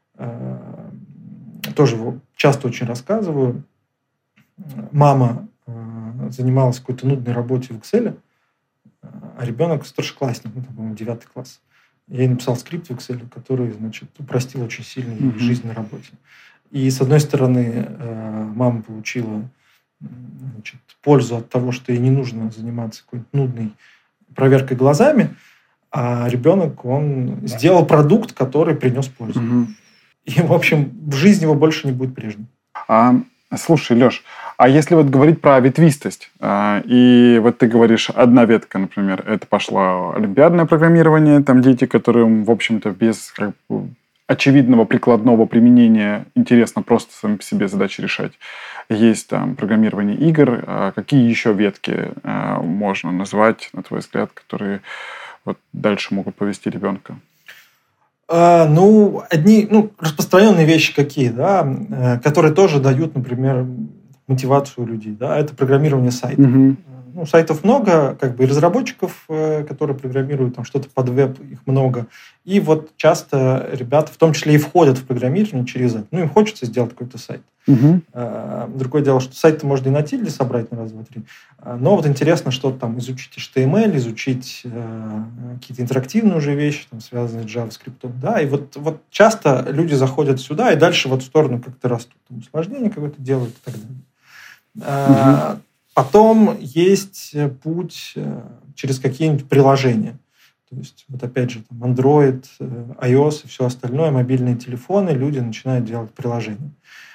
тоже его часто очень рассказываю. Мама э, занималась какой-то нудной работой в Excel, а ребенок старшеклассник, ну, там, по-моему, девятый класс. Я ей написал скрипт в Excel, который, значит, упростил очень сильно mm-hmm. жизнь на работе. И, с одной стороны, э, мама получила, значит, пользу от того, что ей не нужно заниматься какой-то нудной проверкой глазами, а ребенок, он сделал продукт, который принес пользу. Mm-hmm. И, в общем, жизнь его больше не будет прежней. А, слушай, Леш, а если вот говорить про ветвистость, а, и вот ты говоришь, одна ветка, например, это пошло олимпиадное программирование, там дети, которым, в общем-то, без как бы, очевидного прикладного применения интересно просто сами по себе задачи решать. Есть там программирование игр. А какие еще ветки а, можно назвать, на твой взгляд, которые вот дальше могут повести ребенка? Uh, ну, одни, ну, распространенные вещи какие, да, которые тоже дают, например, мотивацию у людей, да, это программирование сайта. Uh-huh. ну, сайтов много, как бы и разработчиков, которые программируют там что-то под веб, их много. И вот часто ребята, в том числе и входят в программирование через это. Ну, им хочется сделать какой-то сайт. Угу. Другое дело, что сайт-то можно и на тильде собрать на раз, два, три. Но вот интересно что-то там изучить эйч ти эм эль, изучить э, какие-то интерактивные уже вещи, там, связанные с JavaScript. Да? И вот, вот часто люди заходят сюда и дальше вот в сторону как-то растут. Там, усложнение какое-то делают и так далее. Угу. Потом есть путь через какие-нибудь приложения. То есть, вот опять же, там Android, iOS и все остальное, мобильные телефоны, люди начинают делать приложения.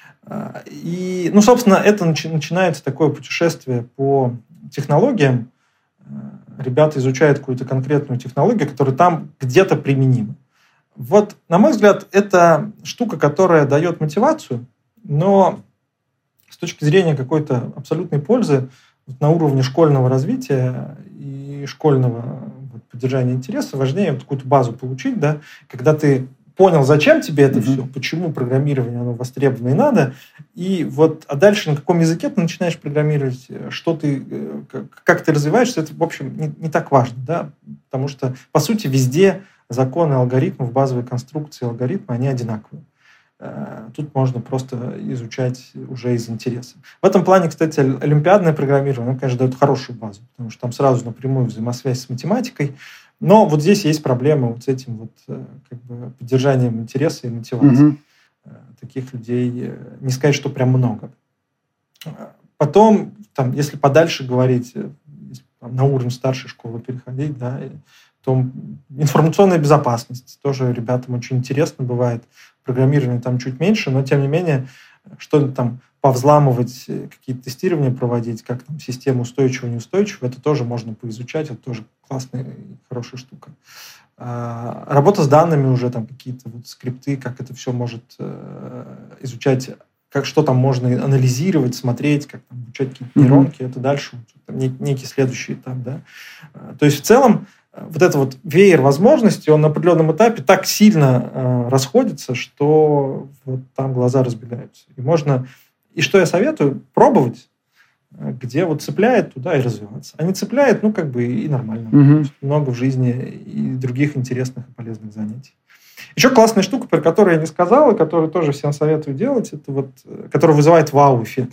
И, ну, собственно, это начинается такое путешествие по технологиям. Ребята изучают какую-то конкретную технологию, которая там где-то применима. Вот, на мой взгляд, это штука, которая дает мотивацию, но с точки зрения какой-то абсолютной пользы на уровне школьного развития и школьного вот, поддержания интереса важнее вот какую-то базу получить, да, когда ты понял, зачем тебе это mm-hmm. все, почему программирование оно востребовано и надо, и вот, а дальше на каком языке ты начинаешь программировать, что ты, как, как ты развиваешься, это, в общем, не, не так важно, да, потому что, по сути, везде законы алгоритмов, базовые конструкции алгоритма, они одинаковые. Тут можно просто изучать уже из интереса. В этом плане, кстати, олимпиадное программирование, оно, конечно, дает хорошую базу, потому что там сразу напрямую взаимосвязь с математикой. Но вот здесь есть проблема вот с этим вот как бы поддержанием интереса и мотивации. Mm-hmm. Таких людей не сказать, что прям много. Потом, там, если подальше говорить, если, там, на уровень старшей школы переходить, да, то информационная безопасность тоже ребятам очень интересно бывает. Программирование там чуть меньше, но тем не менее что-то там повзламывать, какие-то тестирования проводить, как там система устойчива, неустойчива, это тоже можно поизучать, это тоже классная и хорошая штука. А, работа с данными уже, там какие-то вот скрипты, как это все может э, изучать, как, что там можно анализировать, смотреть, как там обучать какие-то нейронки, mm-hmm. это дальше там, нек- некий следующий этап. Да? А, то есть в целом вот этот вот веер возможностей, он на определенном этапе так сильно э, расходится, что вот там глаза разбегаются. И можно... И что я советую? Пробовать, где вот цепляет, туда и развиваться. А не цепляет, ну, как бы и нормально. Mm-hmm. Много в жизни и других интересных и полезных занятий. Еще классная штука, про которую я не сказал, и которую тоже всем советую делать, это вот, которая вызывает вау-эффект.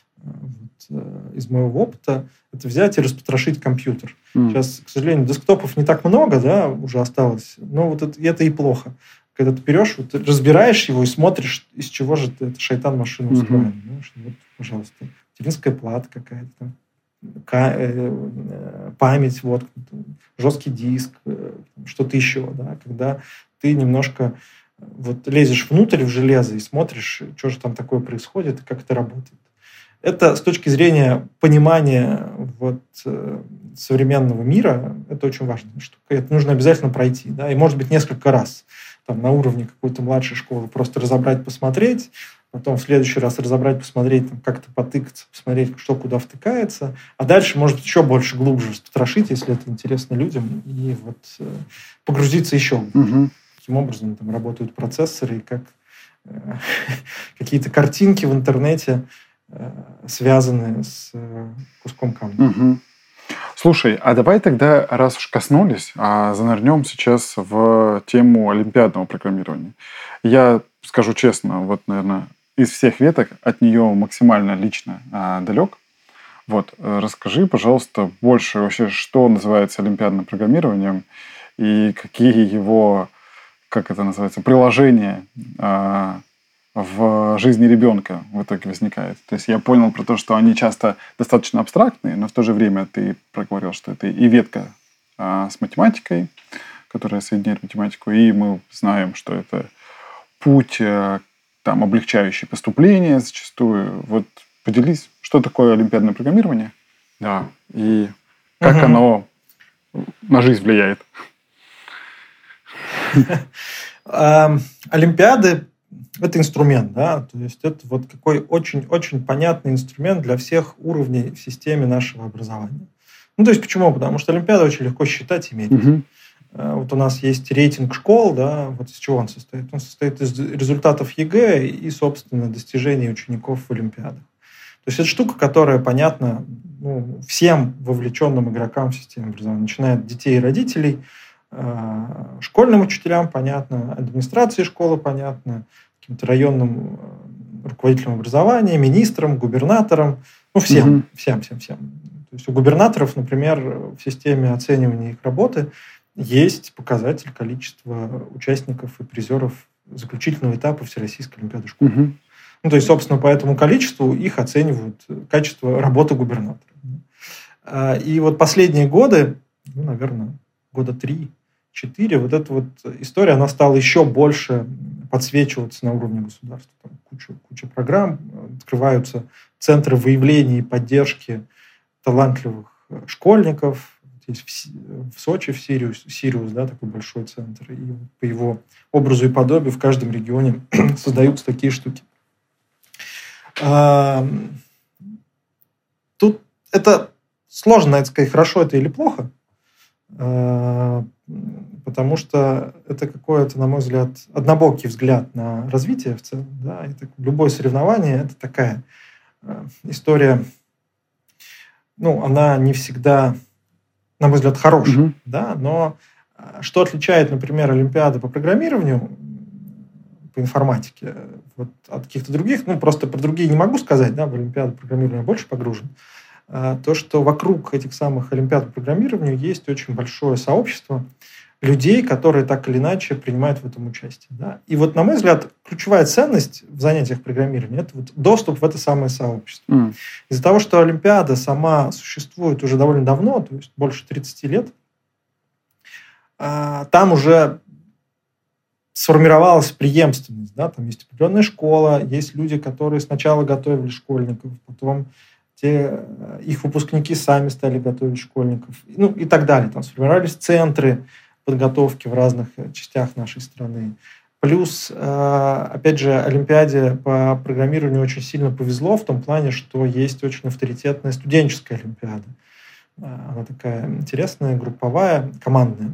Вот, из моего опыта, это взять и распотрошить компьютер. Mm. Сейчас, к сожалению, десктопов не так много, да, уже осталось, но вот это, это и плохо. Когда ты берешь, вот, решбираешь его и смотришь, из чего же эта шайтан-машина устроена. Mm-hmm. Знаешь, вот, пожалуйста, материнская плата какая-то, там, ка- э, память, вот, жесткий диск, э, что-то еще, да, когда ты немножко вот, лезешь внутрь в железо и смотришь, что же там такое происходит и как это работает. Это с точки зрения понимания вот, э, современного мира, это очень важная штука. Это нужно обязательно пройти, да, и, может быть, несколько раз. Там, на уровне какой-то младшей школы просто разобрать, посмотреть, потом в следующий раз разобрать, посмотреть, там, как-то потыкаться, посмотреть, что куда втыкается, а дальше, может быть, еще больше, глубже потрошить, если это интересно людям, и вот э, погрузиться еще глубже. Угу. Каким образом там работают процессоры, и как э, какие-то картинки в интернете э, связаны с э, куском камня. Угу. Слушай, а давай тогда, раз уж коснулись, а занырнем сейчас в тему олимпиадного программирования. Я скажу честно, вот, наверное, из всех веток от нее максимально лично а, далек. Вот, расскажи, пожалуйста, больше вообще, что называется олимпиадным программированием и какие его, как это называется, приложения а, в жизни ребенка в итоге возникает. То есть я понял про то, что они часто достаточно абстрактные, но в то же время ты проговорил, что это и ветка а, с математикой, которая соединяет математику, и мы знаем, что это путь а, там, облегчающий поступление зачастую. Вот поделись, что такое олимпиадное программирование, да, и как угу. оно на жизнь влияет. Олимпиады это инструмент, да, то есть это вот какой очень-очень понятный инструмент для всех уровней в системе нашего образования. Ну, то есть почему? Потому что Олимпиада очень легко считать и мерить. Угу. Вот у нас есть рейтинг школ, да, вот из чего он состоит? Он состоит из результатов ЕГЭ и, собственно, достижений учеников в Олимпиадах. То есть это штука, которая понятна ну, всем вовлеченным игрокам в систему образования, начиная от детей и родителей, школьным учителям понятно, администрации школы понятно, каким-то районным руководителям образования, министрам, губернаторам, ну, всем, mm-hmm. всем, всем, всем. То есть у губернаторов, например, в системе оценивания их работы есть показатель количества участников и призеров заключительного этапа Всероссийской олимпиады школ. Mm-hmm. Ну, то есть, собственно, по этому количеству их оценивают качество работы губернатора. И вот последние годы, ну, наверное, года три-четыре, вот эта вот история, она стала еще больше подсвечиваться на уровне государства. Там куча, куча программ, открываются центры выявления и поддержки талантливых школьников. Здесь в Сочи, в Сириус, Сириус, да, такой большой центр. И по его образу и подобию в каждом регионе создаются такие штуки. Тут это сложно, наверное, сказать, хорошо это или плохо, потому что это какой-то, на мой взгляд, однобокий взгляд на развитие в целом. Да? Это, любое соревнование – это такая история, ну, она не всегда, на мой взгляд, хорошая. Mm-hmm. Да? Но что отличает, например, Олимпиады по программированию, по информатике, вот от каких-то других, ну, просто про другие не могу сказать, да, в Олимпиаду программирования я больше погружен, то, что вокруг этих самых Олимпиад по программированию есть очень большое сообщество людей, которые так или иначе принимают в этом участие. Да? И вот, на мой взгляд, ключевая ценность в занятиях программированием – это вот доступ в это самое сообщество. Mm. Из-за того, что Олимпиада сама существует уже довольно давно, то есть больше тридцати лет, там уже сформировалась преемственность. Да? Там есть определенная школа, есть люди, которые сначала готовили школьников, потом те, их выпускники сами стали готовить школьников, ну и так далее. Там сформировались центры подготовки в разных частях нашей страны. Плюс, опять же, Олимпиаде по программированию очень сильно повезло в том плане, что есть очень авторитетная студенческая Олимпиада. Она такая интересная, групповая, командная.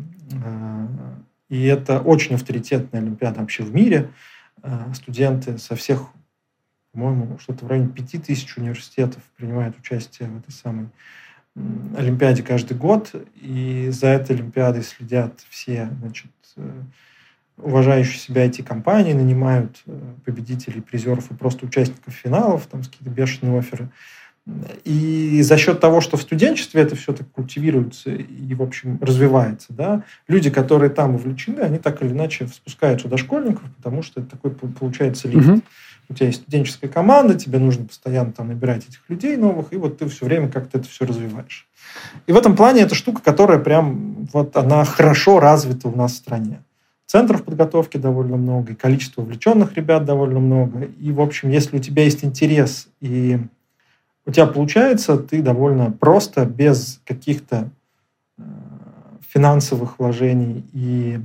И это очень авторитетная Олимпиада вообще в мире. Студенты со всех, по-моему, что-то в районе пяти тысяч университетов принимают участие в этой самой Олимпиаде каждый год. И за этой Олимпиадой следят все, значит, уважающие себя ай ти-компании, нанимают победителей, призеров и просто участников финалов, там какие-то бешеные офферы. И за счет того, что в студенчестве это все так культивируется и, в общем, развивается, да, люди, которые там вовлечены, они так или иначе спускаются до школьников, потому что это такой получается лифт. Mm-hmm. У тебя есть студенческая команда, тебе нужно постоянно там набирать этих людей новых, и вот ты все время как-то это все развиваешь. И в этом плане эта штука, которая прям, вот она хорошо развита у нас в стране. Центров подготовки довольно много, и количество вовлеченных ребят довольно много. И, в общем, если у тебя есть интерес и у тебя получается, ты довольно просто, без каких-то э, финансовых вложений и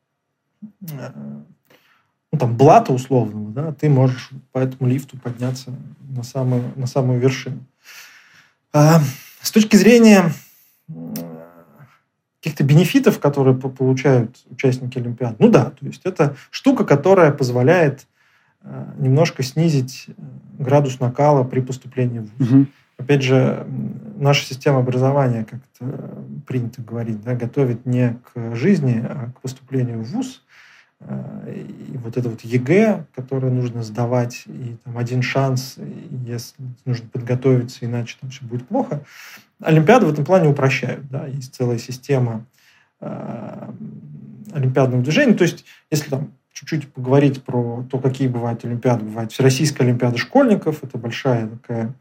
э, ну, там, блата условного, да, ты можешь по этому лифту подняться на самую, на самую вершину. А, с точки зрения э, каких-то бенефитов, которые получают участники Олимпиады, ну да, то есть это штука, которая позволяет немножко снизить градус накала при поступлении в вуз. Угу. Опять же, наша система образования, как это принято говорить, да, готовит не к жизни, а к поступлению в вуз. И вот это вот ЕГЭ, которое нужно сдавать, и там один шанс, если нужно подготовиться, иначе там все будет плохо. Олимпиады в этом плане упрощают. Да. Есть целая система э, олимпиадного движения. То есть, если там чуть-чуть поговорить про то, какие бывают Олимпиады. Бывает Всероссийская олимпиада школьников. Это большая такая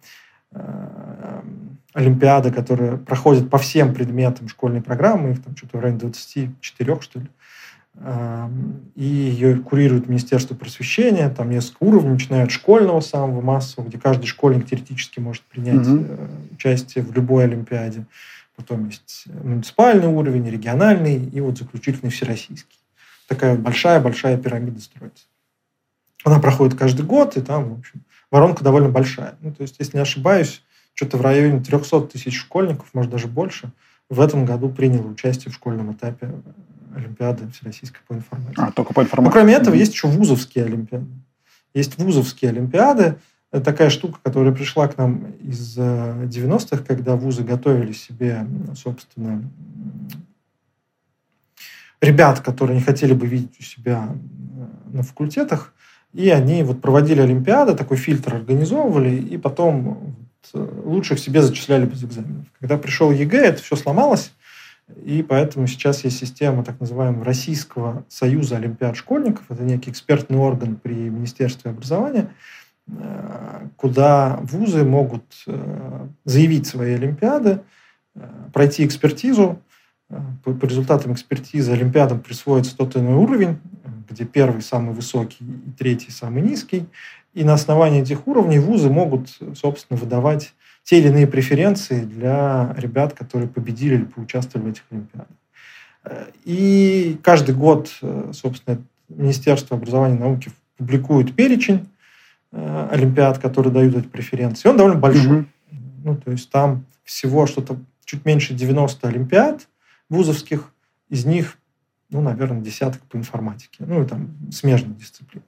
э, олимпиада, которая проходит по всем предметам школьной программы. Их там что-то в районе двадцати четырёх, что ли. Э, и ее курирует Министерство просвещения. Там несколько уровней, начиная от школьного самого массового, где каждый школьник теоретически может принять mm-hmm. э, участие в любой олимпиаде. Потом есть муниципальный уровень, региональный и вот заключительный всероссийский. Такая большая-большая пирамида строится. Она проходит каждый год, и там, в общем, воронка довольно большая. Ну, то есть, если не ошибаюсь, что-то в районе трехсот тысяч школьников, может, даже больше, в этом году приняло участие в школьном этапе Олимпиады Всероссийской по информатике. А, только по информатике. Но кроме этого, есть еще вузовские олимпиады. Есть вузовские олимпиады, Это такая штука, которая пришла к нам из девяностых, когда вузы готовили себе, собственно, ребят, которые не хотели бы видеть у себя на факультетах, и они вот проводили олимпиады, такой фильтр организовывали, и потом вот лучших себе зачисляли без экзаменов. Когда пришел ЕГЭ, это все сломалось, и поэтому сейчас есть система так называемого Российского союза олимпиад школьников. Это некий экспертный орган при Министерстве образования, куда вузы могут заявить свои олимпиады, пройти экспертизу. По результатам экспертизы олимпиадам присвоится тот или иной уровень, где первый самый высокий и третий самый низкий. И на основании этих уровней вузы могут, собственно, выдавать те или иные преференции для ребят, которые победили или поучаствовали в этих олимпиадах. И каждый год, собственно, Министерство образования и науки публикует перечень олимпиад, которые дают эти преференции. Он довольно большой. Mm-hmm. Ну, то есть там всего что-то чуть меньше девяносто олимпиад вузовских, из них, ну, наверное, десяток по информатике, ну, и там смежных дисциплин.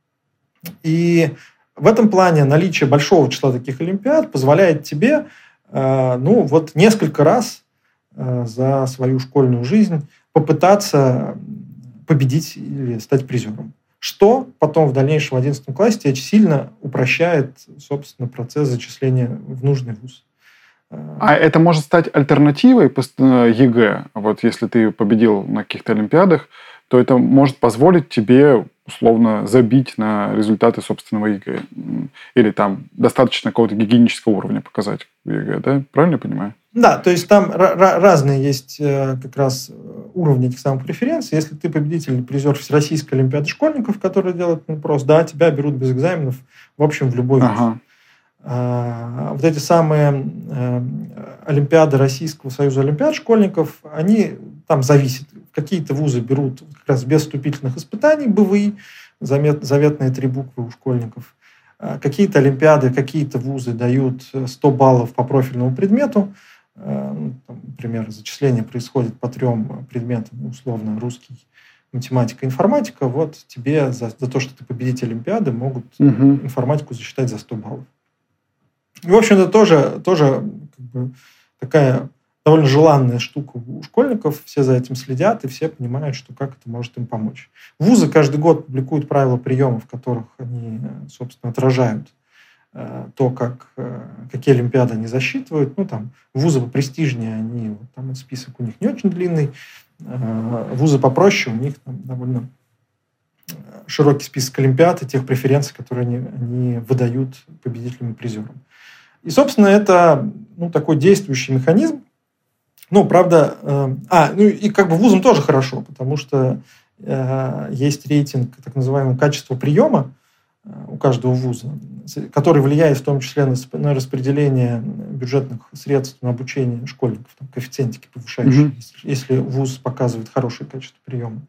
И в этом плане наличие большого числа таких олимпиад позволяет тебе, э, ну, вот несколько раз э, за свою школьную жизнь попытаться победить или стать призером. Что потом в дальнейшем в одиннадцатом классе очень сильно упрощает, собственно, процесс зачисления в нужный вуз. А это может стать альтернативой ЕГЭ? Вот если ты победил на каких-то олимпиадах, то это может позволить тебе условно забить на результаты собственного ЕГЭ. Или там достаточно какого-то гигиенического уровня показать в ЕГЭ, да? Правильно я понимаю? Да, то есть там разные есть как раз уровни этих самых преференций. Если ты победитель или призер Всероссийской олимпиады школьников, которые делают вопрос, да, тебя берут без экзаменов, в общем, в любой вуз. Ага. А, вот эти самые э, олимпиады Российского союза олимпиад школьников, они там зависят. Какие-то вузы берут как раз без вступительных испытаний, БВИ, замет, заветные три буквы у школьников. А какие-то олимпиады, какие-то вузы дают сто баллов по профильному предмету. А, там, например, зачисление происходит по трем предметам, условно, русский, математика, информатика. Вот тебе за, за то, что ты победитель олимпиады, могут угу. информатику засчитать за сто баллов. И, в общем-то, тоже, тоже как бы, такая довольно желанная штука у школьников. Все за этим следят, и все понимают, что как это может им помочь. Вузы каждый год публикуют правила приема, в которых они, собственно, отражают э, то, как, э, какие олимпиады они засчитывают. Ну, там, вузы попрестижнее, они, вот, там список у них не очень длинный. Э, вузы попроще, у них там довольно широкий список олимпиад и тех преференций, которые они, они выдают победителям и призерам. И, собственно, это ну, такой действующий механизм. Ну, правда... Э, а, ну и как бы вузам тоже хорошо, потому что э, есть рейтинг так называемого качества приема э, у каждого вуза, который влияет в том числе на, на распределение бюджетных средств на обучение школьников, там, коэффициентики повышающие, mm-hmm. если, если вуз показывает хорошее качество приема.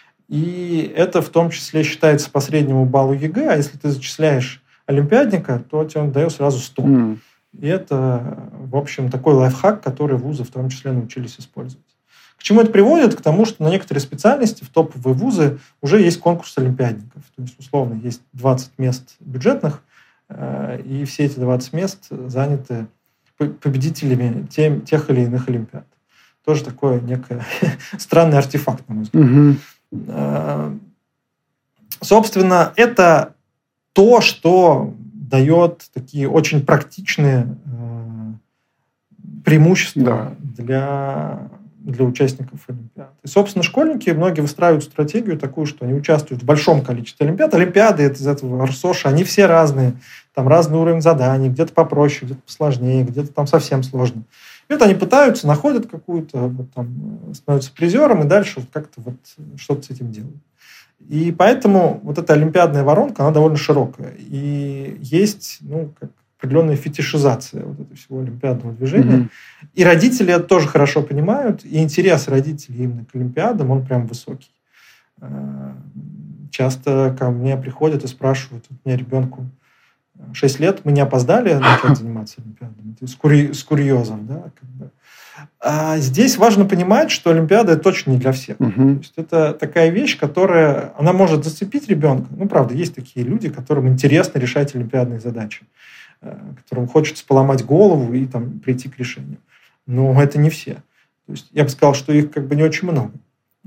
И это в том числе считается по среднему баллу ЕГЭ, а если ты зачисляешь олимпиадника, то тебе он дает сразу сто. Mm. И это, в общем, такой лайфхак, который вузы в том числе научились использовать. К чему это приводит? К тому, что на некоторые специальности в топовые вузы уже есть конкурс олимпиадников. То есть, условно, есть двадцать мест бюджетных, и все эти двадцать мест заняты победителями тем, тех или иных олимпиад. Тоже такой некий странный артефакт, на мой взгляд. Mm-hmm. Собственно, это то, что дает такие очень практичные э, преимущества да. для, для участников олимпиад. И, собственно, школьники многие выстраивают стратегию такую, что они участвуют в большом количестве олимпиад. Олимпиады из этого РСОШа, они все разные. Там разный уровень заданий, где-то попроще, где-то посложнее, где-то там совсем сложно. И вот они пытаются, находят какую-то, вот там, становятся призером, и дальше вот как-то вот что-то с этим делают. И поэтому вот эта олимпиадная воронка, она довольно широкая. И есть ну, как определенная фетишизация вот этого всего олимпиадного движения. Mm-hmm. И родители это тоже хорошо понимают. И интерес родителей именно к олимпиадам, он прям высокий. Часто ко мне приходят и спрашивают, вот у меня ребенку шесть лет мы не опоздали начать заниматься Олимпиадами. Это с, кури... с курьезом, да, как бы. А здесь важно понимать, что Олимпиада – это точно не для всех. Угу. То есть это такая вещь, которая, она может зацепить ребенка. Ну, правда, есть такие люди, которым интересно решать олимпиадные задачи, которым хочется поломать голову и там прийти к решению. Но это не все. То есть я бы сказал, что их как бы не очень много,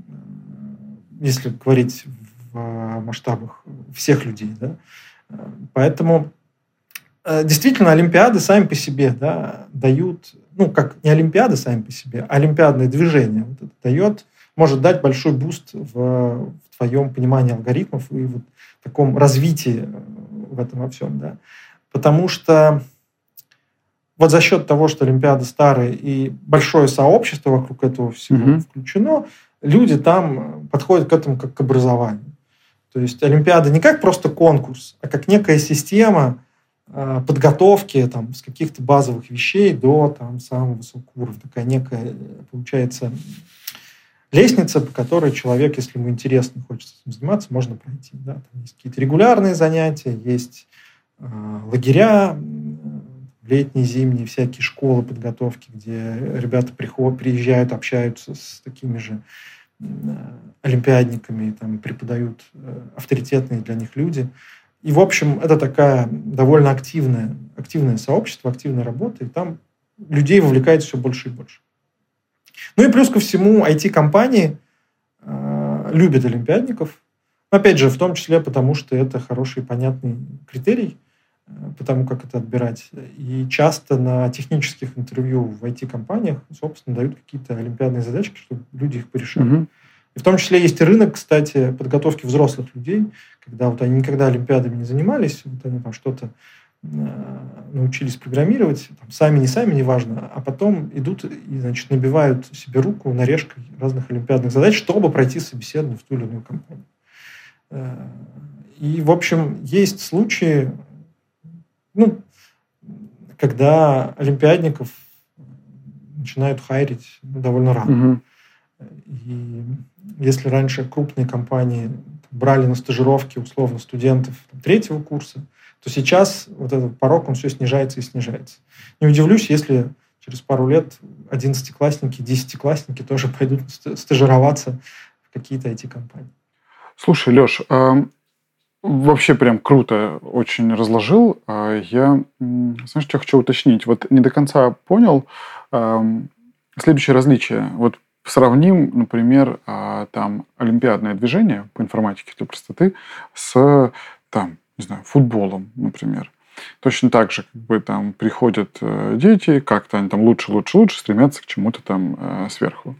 если говорить в масштабах всех людей, да. Поэтому действительно олимпиады сами по себе, да, дают, ну, как не олимпиады сами по себе, а олимпиадное движение вот это дает, может дать большой буст в, в твоем понимании алгоритмов и вот в таком развитии в этом во всем, да. Потому что вот за счет того, что олимпиады старые и большое сообщество вокруг этого всего mm-hmm. включено, люди там подходят к этому как к образованию. То есть олимпиада не как просто конкурс, а как некая система э, подготовки там, с каких-то базовых вещей до там, самого высокого уровня. Такая некая, получается, лестница, по которой человек, если ему интересно, хочется этим заниматься, можно пройти. Да? Там есть какие-то регулярные занятия, есть э, лагеря, летние, зимние, всякие школы подготовки, где ребята приходят, приезжают, общаются с такими же олимпиадниками, там, преподают авторитетные для них люди. И, в общем, это такая довольно активная, активное сообщество, активная работа, и там людей вовлекает все больше и больше. Ну и плюс ко всему ай ти-компании э, любят олимпиадников. Опять же, в том числе потому, что это хороший, понятный критерий, э, потому как это отбирать. И часто на технических интервью в ай ти-компаниях, собственно, дают какие-то олимпиадные задачки, чтобы люди их порешали. Mm-hmm. И в том числе есть и рынок, кстати, подготовки взрослых людей, когда вот они никогда олимпиадами не занимались, вот они там что-то э, научились программировать, там, сами, не сами, неважно, а потом идут и, значит, набивают себе руку нарежкой разных олимпиадных задач, чтобы пройти собеседование в ту или иную компанию. Э, и, в общем, есть случаи, ну, когда олимпиадников начинают хайрить ну, довольно рано. Угу. И если раньше крупные компании брали на стажировки условно студентов там, третьего курса, то сейчас вот этот порог, он все снижается и снижается. Не удивлюсь, если через пару лет одиннадцатиклассники, десятиклассники тоже пойдут стажироваться в какие-то ай ти-компании. Слушай, Леш, э, вообще прям круто очень разложил. Э, я, знаешь, что я хочу уточнить? Вот не до конца понял э, следующее различие. Вот сравним, например, там, олимпиадное движение по информатике для простоты с там, не знаю, футболом, например. Точно так же как бы, там, приходят дети, как-то они там лучше, лучше, лучше стремятся к чему-то там сверху.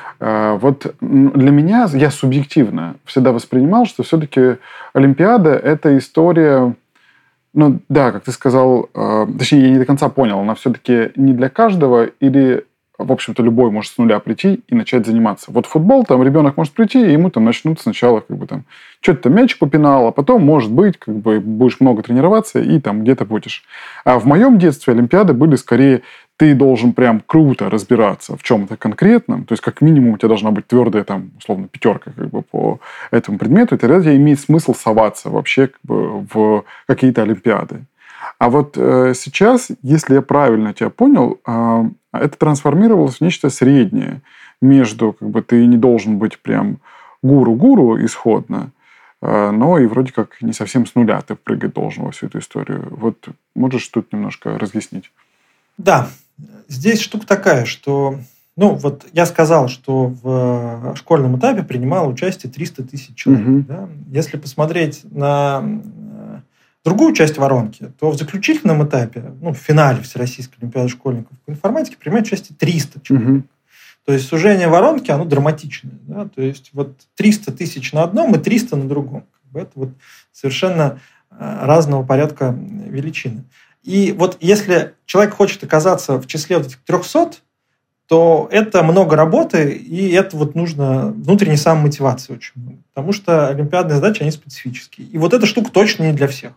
Вот для меня, я субъективно всегда воспринимал, что все-таки Олимпиада – это история, ну да, как ты сказал, точнее, я не до конца понял, она все-таки не для каждого или в общем-то, любой может с нуля прийти и начать заниматься. Вот футбол, там ребенок может прийти, и ему там начнут сначала как бы там что-то там мячик попинал, а потом, может быть, как бы будешь много тренироваться и там где-то будешь. А в моем детстве Олимпиады были скорее ты должен прям круто разбираться в чем-то конкретном, то есть как минимум у тебя должна быть твердая там, условно, пятерка как бы по этому предмету, и тогда тебе имеет смысл соваться вообще как бы в какие-то Олимпиады. А вот э, сейчас, если я правильно тебя понял, э, это трансформировалось в нечто среднее между, как бы, ты не должен быть прям гуру-гуру исходно, э, но и вроде как не совсем с нуля ты прыгать должен во всю эту историю. Вот можешь тут немножко разъяснить? Да, здесь штука такая, что, ну, вот я сказал, что в школьном этапе принимало участие триста тысяч человек. Угу. Да? Если посмотреть на другую часть воронки, то в заключительном этапе, ну, в финале Всероссийской олимпиады школьников по информатике принимает участие триста человек. Угу. То есть сужение воронки, оно драматичное. Да? То есть вот триста тысяч на одном и триста на другом. Это вот совершенно разного порядка величины. И вот если человек хочет оказаться в числе вот этих трехсот, то это много работы, и это вот нужно внутренней самомотивации очень много. Потому что олимпиадные задачи, они специфические. И вот эта штука точно не для всех.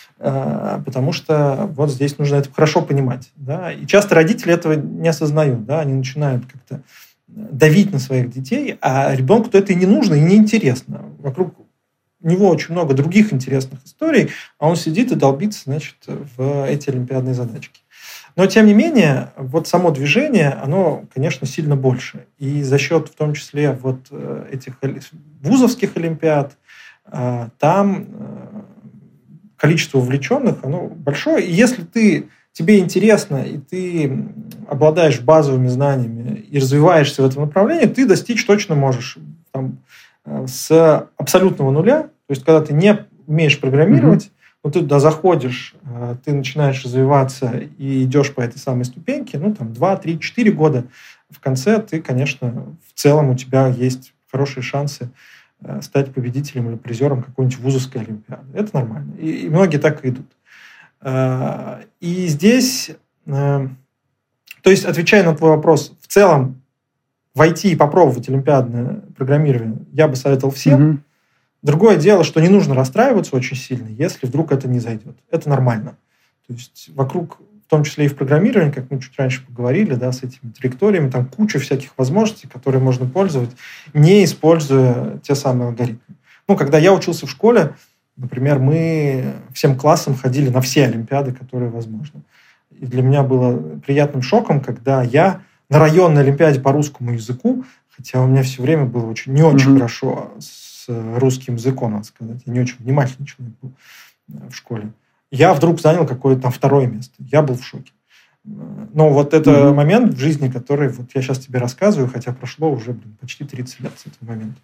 Потому что вот здесь нужно это хорошо понимать. Да? И часто родители этого не осознают. Да? Они начинают как-то давить на своих детей, а ребенку-то это и не нужно, и не интересно. Вокруг него очень много других интересных историй, а он сидит и долбится, значит, в эти олимпиадные задачки. Но, тем не менее, вот само движение, оно, конечно, сильно больше. И за счет, в том числе, вот этих вузовских олимпиад, там количество вовлеченных, оно большое. И если ты, тебе интересно, и ты обладаешь базовыми знаниями и развиваешься в этом направлении, ты достичь точно можешь там, с абсолютного нуля. То есть, когда ты не умеешь программировать, mm-hmm. но ты туда заходишь, ты начинаешь развиваться и идешь по этой самой ступеньке, ну, там, два, три, четыре года, в конце ты, конечно, в целом у тебя есть хорошие шансы стать победителем или призером какой-нибудь вузовской олимпиады. Это нормально. И, и многие так и идут. И здесь, то есть, отвечая на твой вопрос, в целом войти и попробовать олимпиадное программирование я бы советовал всем. Mm-hmm. Другое дело, что не нужно расстраиваться очень сильно, если вдруг это не зайдет. Это нормально. То есть вокруг, в том числе и в программировании, как мы чуть раньше поговорили, да, с этими траекториями, там куча всяких возможностей, которые можно пользовать, не используя те самые алгоритмы. Ну, когда я учился в школе, например, мы всем классом ходили на все олимпиады, которые возможны. И для меня было приятным шоком, когда я на районной олимпиаде по русскому языку, хотя у меня все время было очень, не очень mm-hmm. хорошо с русским языком, надо сказать, я не очень внимательный человек был в школе, я вдруг занял какое-то там второе место. Я был в шоке. Но вот это mm-hmm. момент в жизни, который вот я сейчас тебе рассказываю, хотя прошло уже блин, почти тридцать лет с этого момента.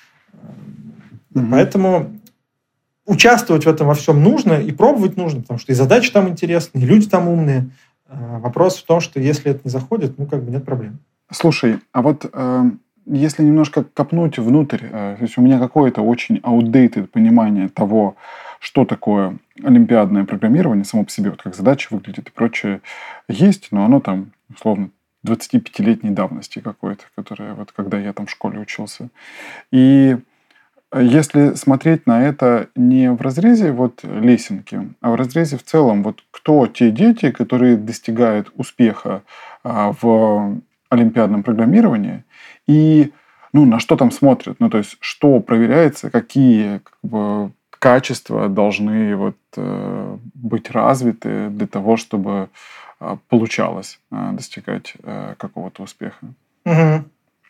Mm-hmm. Поэтому участвовать в этом во всем нужно и пробовать нужно, потому что и задачи там интересные, и люди там умные. Вопрос в том, что если это не заходит, ну, как бы нет проблем. Слушай, а вот э, если немножко копнуть внутрь, э, то есть у меня какое-то очень outdated понимание того, что такое олимпиадное программирование само по себе, вот как задача выглядит и прочее, есть, но оно там, условно, двадцатипятилетней давности какое-то, которое вот когда я там в школе учился. И если смотреть на это не в разрезе вот лесенки, а в разрезе в целом, вот кто те дети, которые достигают успеха а, в олимпиадном программировании, и ну, на что там смотрят, ну, то есть что проверяется, какие как бы, качества должны вот, э, быть развиты для того, чтобы э, получалось э, достигать э, какого-то успеха. Угу.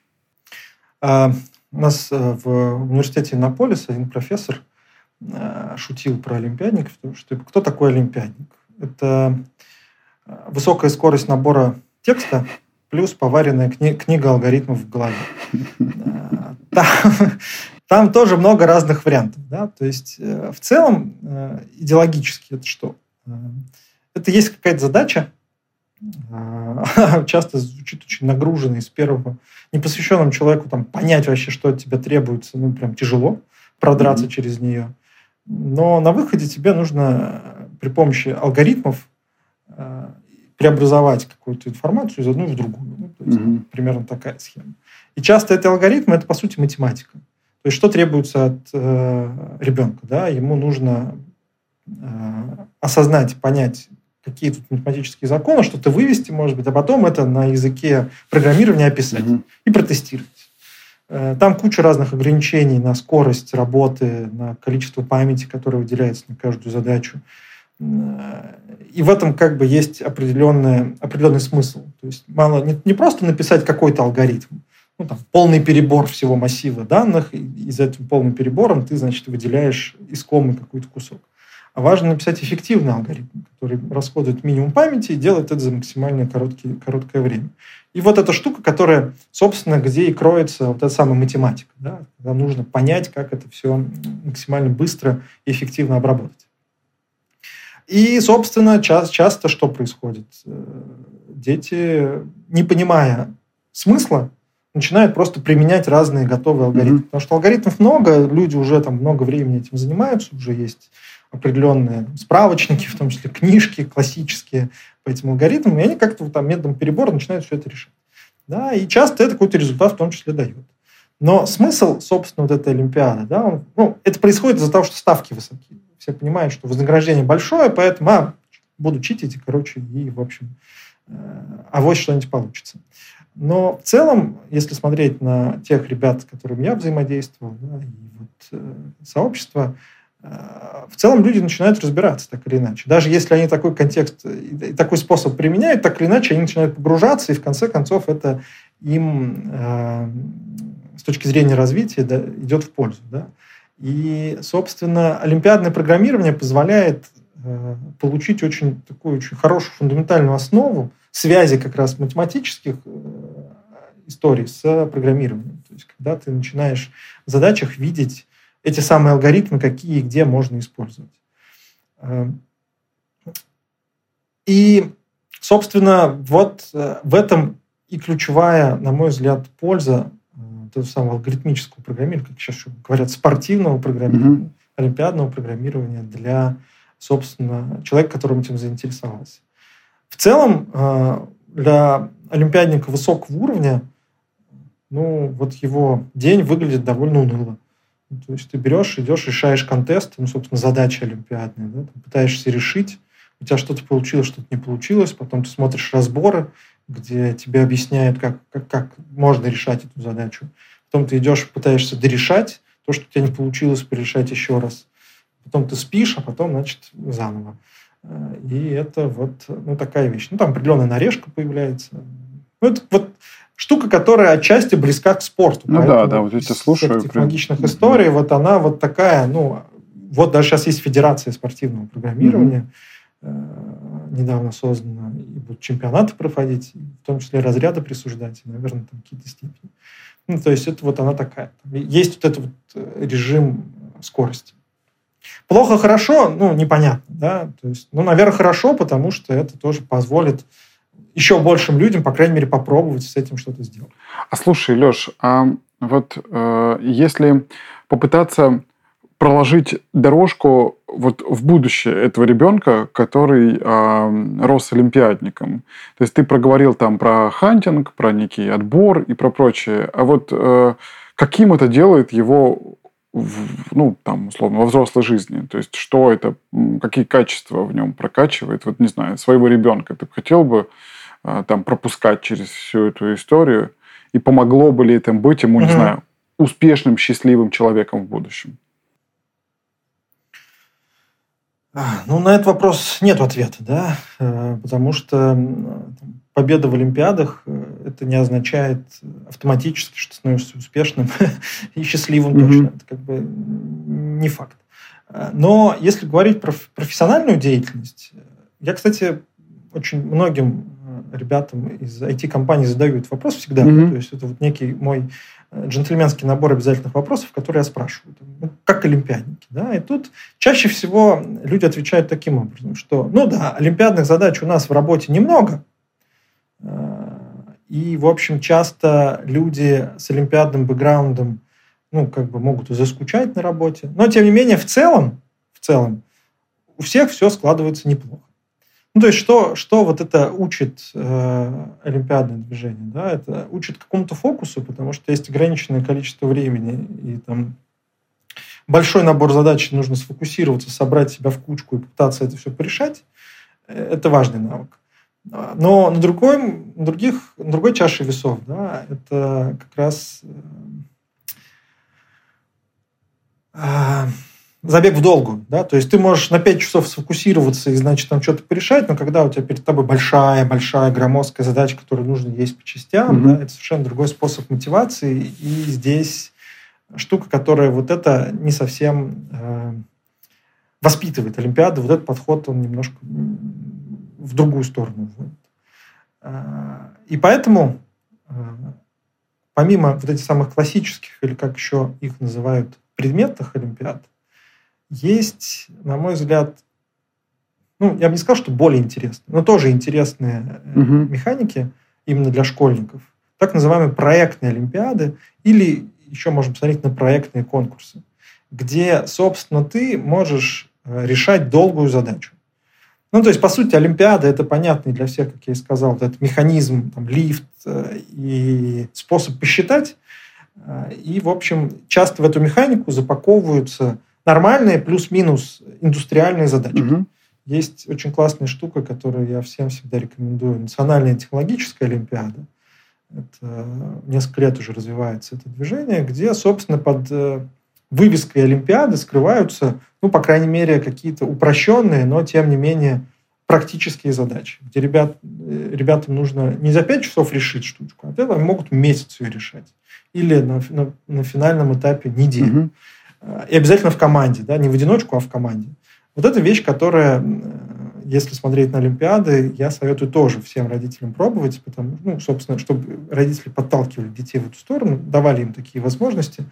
А... У нас в университете Иннополис один профессор шутил про олимпиадников, что кто такой олимпиадник? Это высокая скорость набора текста плюс поваренная кни- книга алгоритмов в голове. Там, там тоже много разных вариантов. Да? То есть в целом идеологически это что? Это есть какая-то задача, часто звучит очень нагруженно из первого. Непосвященному человеку там, понять вообще, что от тебя требуется, ну, прям тяжело продраться mm-hmm. через нее. Но на выходе тебе нужно при помощи алгоритмов э, преобразовать какую-то информацию из одной в другую. Ну, то есть, mm-hmm. примерно такая схема. И часто эти алгоритмы – это, по сути, математика. То есть, что требуется от э, ребенка? Да? Ему нужно э, осознать, понять, какие тут математические законы, что-то вывести, может быть, а потом это на языке программирования описать mm-hmm. и протестировать. Там куча разных ограничений на скорость работы, на количество памяти, которое выделяется на каждую задачу. И в этом как бы есть определенный, определенный смысл. То есть мало не, не просто написать какой-то алгоритм, ну, там, полный перебор всего массива данных, и за этим полным перебором ты, значит, выделяешь искомый какой-то кусок. А важно написать эффективный алгоритм, который расходует минимум памяти и делает это за максимально короткий, короткое время. И вот эта штука, которая, собственно, где и кроется вот эта самая математика. Да? Когда нужно понять, как это все максимально быстро и эффективно обработать. И, собственно, часто, часто что происходит? Дети, не понимая смысла, начинают просто применять разные готовые алгоритмы. Mm-hmm. Потому что алгоритмов много, люди уже там много времени этим занимаются, уже есть определенные справочники, в том числе книжки классические по этим алгоритмам, и они как-то там методом перебора начинают все это решать. Да, и часто это какой-то результат в том числе дает. Но смысл, собственно, вот этой олимпиады, да, он, ну, это происходит из-за того, что ставки высокие. Все понимают, что вознаграждение большое, поэтому а, буду читить, и, короче, и, в общем, э, авось что-нибудь получится. Но в целом, если смотреть на тех ребят, с которыми я взаимодействовал, да, и вот, э, сообщество, э, в целом люди начинают разбираться так или иначе. Даже если они такой контекст и такой способ применяют, так или иначе они начинают погружаться, и в конце концов это им э, с точки зрения развития, да, идет в пользу. Да. И, собственно, олимпиадное программирование позволяет э, получить очень такую очень хорошую фундаментальную основу связи как раз математических э, историй с программированием. То есть, когда ты начинаешь в задачах видеть эти самые алгоритмы, какие и где можно использовать. Э, и, собственно, вот э, в этом и ключевая, на мой взгляд, польза того самого алгоритмического программирования, как сейчас говорят, спортивного программирования, mm-hmm. олимпиадного программирования для, собственно, человека, которым этим заинтересовался. В целом, для олимпиадника высокого уровня, ну, вот его день выглядит довольно уныло. То есть ты берешь, идешь, решаешь контесты, ну, собственно, задачи олимпиадные, да, ты пытаешься решить, у тебя что-то получилось, что-то не получилось, потом ты смотришь разборы, где тебе объясняют, как, как, как можно решать эту задачу. Потом ты идешь, пытаешься дорешать то, что у тебя не получилось, перерешать еще раз. Потом ты спишь, а потом, значит, заново. И это вот ну, такая вещь. Ну, там определенная нарежка появляется. Ну, это вот штука, которая отчасти близка к спорту. Ну да, да, вот эти слушаю. Технологичных прям... историй, вот она вот такая, ну, вот даже сейчас есть Федерация спортивного программирования, mm-hmm. недавно создана, и будут чемпионаты проходить, в том числе разряды присуждать, и, наверное, там какие-то степени. Ну, то есть это вот она такая. Есть вот этот вот режим скорости. Плохо, хорошо, ну, непонятно, да, то есть, ну, наверное, хорошо, потому что это тоже позволит еще большим людям, по крайней мере, попробовать с этим что-то сделать. А слушай, Леш, а вот э, если попытаться проложить дорожку вот в будущее этого ребенка, который э, рос олимпиадником. То есть ты проговорил там про хантинг, про некий отбор и про прочее. А вот э, каким это делает его, в, ну, там, условно, во взрослой жизни? То есть что это, какие качества в нем прокачивает? Вот, не знаю, своего ребенка ты хотел бы э, там пропускать через всю эту историю? И помогло бы ли это быть ему, mm-hmm. не знаю, успешным, счастливым человеком в будущем? Ну, на этот вопрос нет ответа, да, потому что победа в Олимпиадах это не означает автоматически, что становишься успешным и счастливым mm-hmm. точно. Это как бы не факт. Но если говорить про профессиональную деятельность, я, кстати, очень многим ребятам из ай ти-компаний задают вопрос всегда. Mm-hmm. То есть это вот некий мой джентльменский набор обязательных вопросов, которые я спрашиваю. Ну, как олимпиадники. Да? И тут чаще всего люди отвечают таким образом, что, ну да, олимпиадных задач у нас в работе немного. И, в общем, часто люди с олимпиадным бэкграундом ну, как бы могут и заскучать на работе. Но, тем не менее, в целом, в целом у всех все складывается неплохо. Ну, то есть, что, что вот это учит э, олимпиадное движение? Да? Это учит какому-то фокусу, потому что есть ограниченное количество времени, и там большой набор задач, нужно сфокусироваться, собрать себя в кучку и попытаться это все порешать. Это важный навык. Но на, другой, на, других, на другой чаше весов да, это как раз э, э, забег в долгую, да, то есть ты можешь на пять часов сфокусироваться и, значит, там что-то порешать, но когда у тебя перед тобой большая-большая громоздкая задача, которую нужно есть по частям, mm-hmm. да, это совершенно другой способ мотивации, и здесь штука, которая вот это не совсем э, воспитывает Олимпиаду, вот этот подход, он немножко в другую сторону. И поэтому, э, помимо вот этих самых классических, или как еще их называют, предметных Олимпиад, есть, на мой взгляд, ну, я бы не сказал, что более интересные, но тоже интересные uh-huh. механики именно для школьников. Так называемые проектные олимпиады или еще можно посмотреть на проектные конкурсы, где, собственно, ты можешь решать долгую задачу. Ну, то есть, по сути, олимпиада – это понятный для всех, как я и сказал, этот механизм, там, лифт и способ посчитать. И, в общем, часто в эту механику запаковываются нормальные плюс-минус индустриальные задачи. Угу. Есть очень классная штука, которую я всем всегда рекомендую. Национальная технологическая олимпиада. Это несколько лет уже развивается это движение, где, собственно, под вывеской Олимпиады скрываются, ну, по крайней мере, какие-то упрощенные, но, тем не менее, практические задачи, где ребят, ребятам нужно не за пять часов решить штучку, а это могут месяц ее решать. Или на, на, на финальном этапе неделю. Mm-hmm. И обязательно в команде, да, не в одиночку, а в команде. Вот это вещь, которая, если смотреть на Олимпиады, я советую тоже всем родителям пробовать, потому, ну, собственно, чтобы родители подталкивали детей в эту сторону, давали им такие возможности,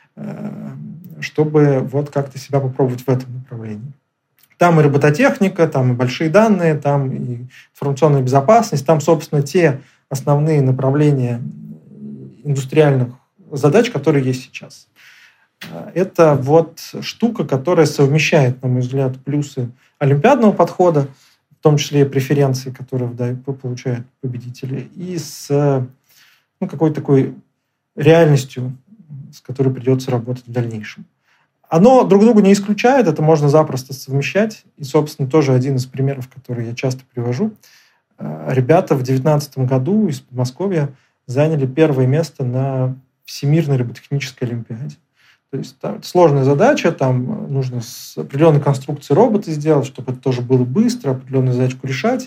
чтобы вот как-то себя попробовать в этом направлении. Там и робототехника, там и большие данные, там и информационная безопасность, там, собственно, те основные направления индустриальных задач, которые есть сейчас. Это вот штука, которая совмещает, на мой взгляд, плюсы олимпиадного подхода, в том числе и преференции, которые да, получают победители, и с ну, какой-то такой реальностью, с которой придется работать в дальнейшем. Оно друг друга не исключает, это можно запросто совмещать. И, собственно, тоже один из примеров, который я часто привожу. Ребята в две тысячи девятнадцатом году из Подмосковья заняли первое место на Всемирной робототехнической олимпиаде. То есть там сложная задача, там нужно с определенной конструкцией робота сделать, чтобы это тоже было быстро, определенную задачку решать.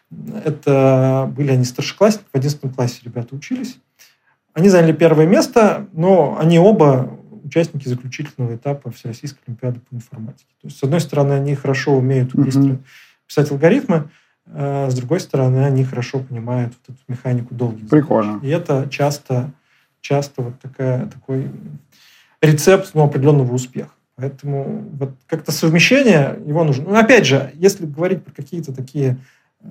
Это были они старшеклассники, в одиннадцатом классе ребята учились. Они заняли первое место, но они оба участники заключительного этапа Всероссийской олимпиады по информатике. То есть, с одной стороны, они хорошо умеют быстро mm-hmm. писать алгоритмы, а с другой стороны, они хорошо понимают вот эту механику долгих Прикольно. задач. И это часто, часто вот такая, такой рецепт ну, определенного успеха. Поэтому вот как-то совмещение его нужно. Ну, опять же, если говорить про какие-то такие э,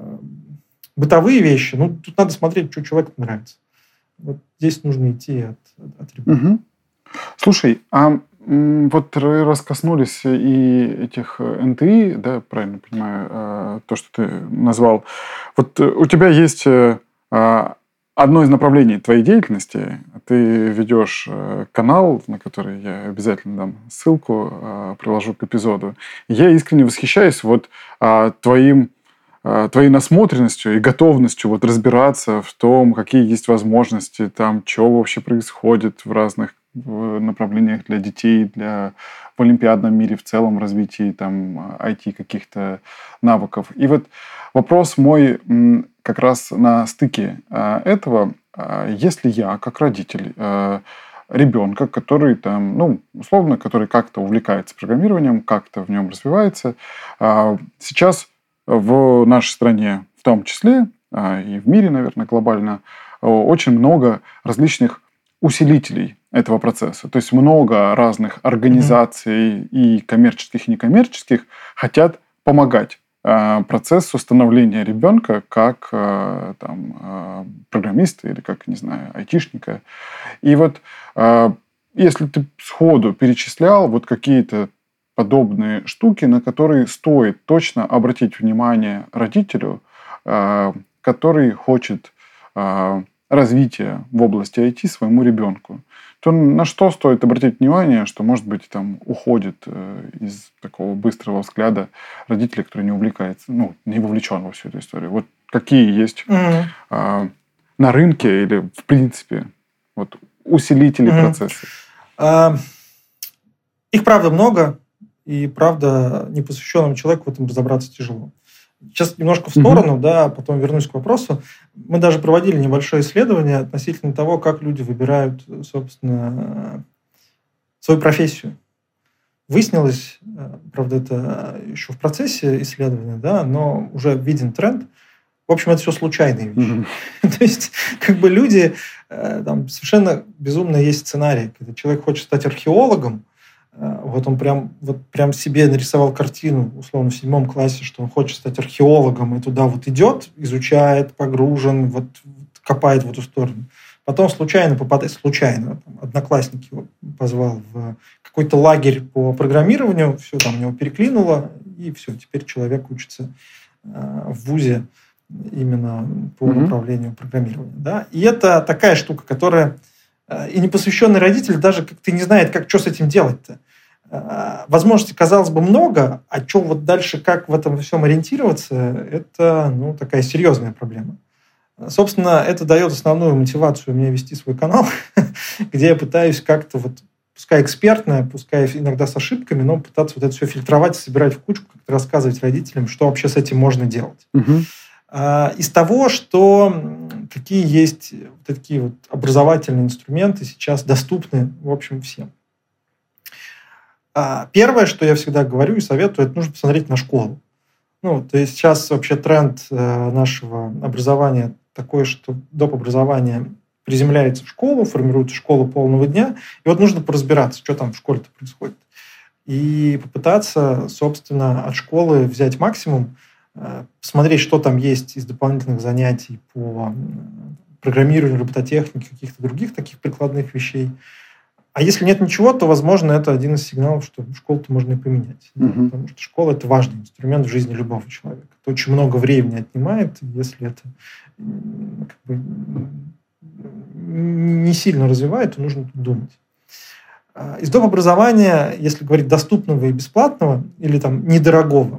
бытовые вещи, ну, тут надо смотреть, что человеку нравится. Вот здесь нужно идти от, от ребят. Угу. Слушай, а вот раскоснулись и этих эн тэ и, да, правильно понимаю, то, что ты назвал. Вот у тебя есть одно из направлений твоей деятельности. Ты ведешь канал, на который я обязательно дам ссылку, приложу к эпизоду. Я искренне восхищаюсь вот твоим твоей насмотренностью и готовностью вот разбираться в том, какие есть возможности, там, что вообще происходит в разных направлениях для детей, для в олимпиадном мире в целом развитии там ай ти каких-то навыков. И вот вопрос мой как раз на стыке этого. Если я, как родитель, ребенка, который там, ну, условно, который как-то увлекается программированием, как-то в нем развивается, сейчас в нашей стране в том числе, и в мире, наверное, глобально, очень много различных усилителей этого процесса. То есть много разных организаций mm-hmm. и коммерческих, и некоммерческих хотят помогать процессу становления ребенка как там, программиста или как, не знаю, айтишника. И вот если ты сходу перечислял вот какие-то подобные штуки, на которые стоит точно обратить внимание родителю, который хочет развития в области ай ти своему ребенку, то на что стоит обратить внимание, что, может быть, там уходит из такого быстрого взгляда родителей, который не увлекается, ну, не вовлечен во всю эту историю. Вот какие есть mm-hmm. а, на рынке или, в принципе, вот, усилители mm-hmm. процесса? А, их, правда, много. И, правда, непосвященному человеку в этом разобраться тяжело. Сейчас немножко в сторону, mm-hmm. да, потом вернусь к вопросу. Мы даже проводили небольшое исследование относительно того, как люди выбирают, собственно, свою профессию. Выяснилось, правда, это еще в процессе исследования, да, но уже виден тренд. В общем, это все случайные вещи. Mm-hmm. То есть, как бы люди, там совершенно безумно есть сценарий, когда человек хочет стать археологом, вот он прям, вот прям себе нарисовал картину, условно, в седьмом классе, что он хочет стать археологом, и туда вот идет, изучает, погружен, вот копает в эту сторону. Потом случайно попадает, случайно, там, одноклассник его позвал в какой-то лагерь по программированию, все там у него переклинуло, и все, теперь человек учится э, в вузе именно по mm-hmm. направлению программирования. Да? И это такая штука, которая... И непосвященный родитель даже как-то не знает, как, что с этим делать-то. Возможностей, казалось бы, много, а что вот дальше, как в этом всем ориентироваться, это ну, такая серьезная проблема. Собственно, это дает основную мотивацию мне вести свой канал, где я пытаюсь как-то, вот, пускай экспертно, пускай иногда с ошибками, но пытаться вот это все фильтровать, собирать в кучку, как-то рассказывать родителям, что вообще с этим можно делать. Угу. Из того, что какие есть вот такие вот образовательные инструменты сейчас доступны, в общем, всем. Первое, что я всегда говорю и советую, это нужно посмотреть на школу. Ну, то есть сейчас вообще тренд нашего образования такой, что доп. Образование приземляется в школу, формируется школа полного дня, и вот нужно поразбираться, что там в школе-то происходит. И попытаться, собственно, от школы взять максимум, посмотреть, что там есть из дополнительных занятий по программированию, робототехнике, каких-то других таких прикладных вещей. А если нет ничего, то, возможно, это один из сигналов, что школу-то можно и поменять. Mm-hmm. Потому что школа – это важный инструмент в жизни любого человека. Это очень много времени отнимает, если это как бы не сильно развивает, то нужно тут думать. Из доп. Образования, если говорить доступного и бесплатного, или там недорогого,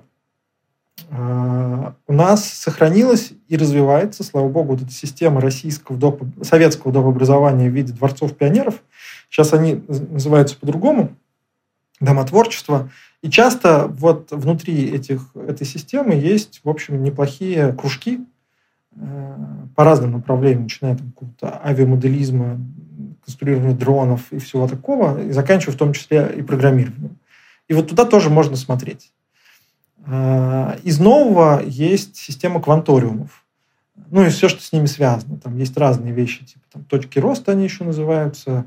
у нас сохранилась и развивается, слава богу, вот эта система российского доп. Советского доп. Образования в виде дворцов пионеров. Сейчас они называются по-другому, дома творчества. И часто вот внутри этих, этой системы есть, в общем, неплохие кружки по разным направлениям, начиная от какого-то авиамоделизма, конструирования дронов и всего такого, и заканчивая в том числе и программированием. И вот туда тоже можно смотреть. Из нового есть система кванториумов. Ну и все, что с ними связано. Там есть разные вещи, типа там, точки роста они еще называются,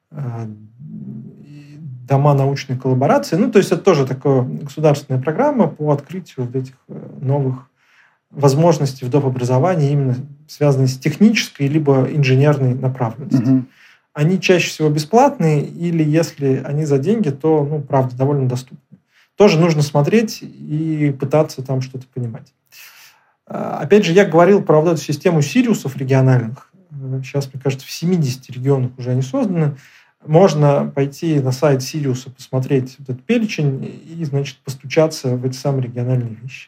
дома научной коллаборации. Ну, то есть это тоже такая государственная программа по открытию вот этих новых возможностей в доп. Образовании, именно связанные с технической либо инженерной направленностью. Mm-hmm. Они чаще всего бесплатные, или если они за деньги, то, ну, правда, довольно доступны. Тоже нужно смотреть и пытаться там что-то понимать. Опять же, я говорил про вот эту систему Сириусов региональных. Сейчас, мне кажется, в семидесяти регионах уже они созданы. Можно пойти на сайт Сириуса, посмотреть этот перечень и, значит, постучаться в эти самые региональные вещи.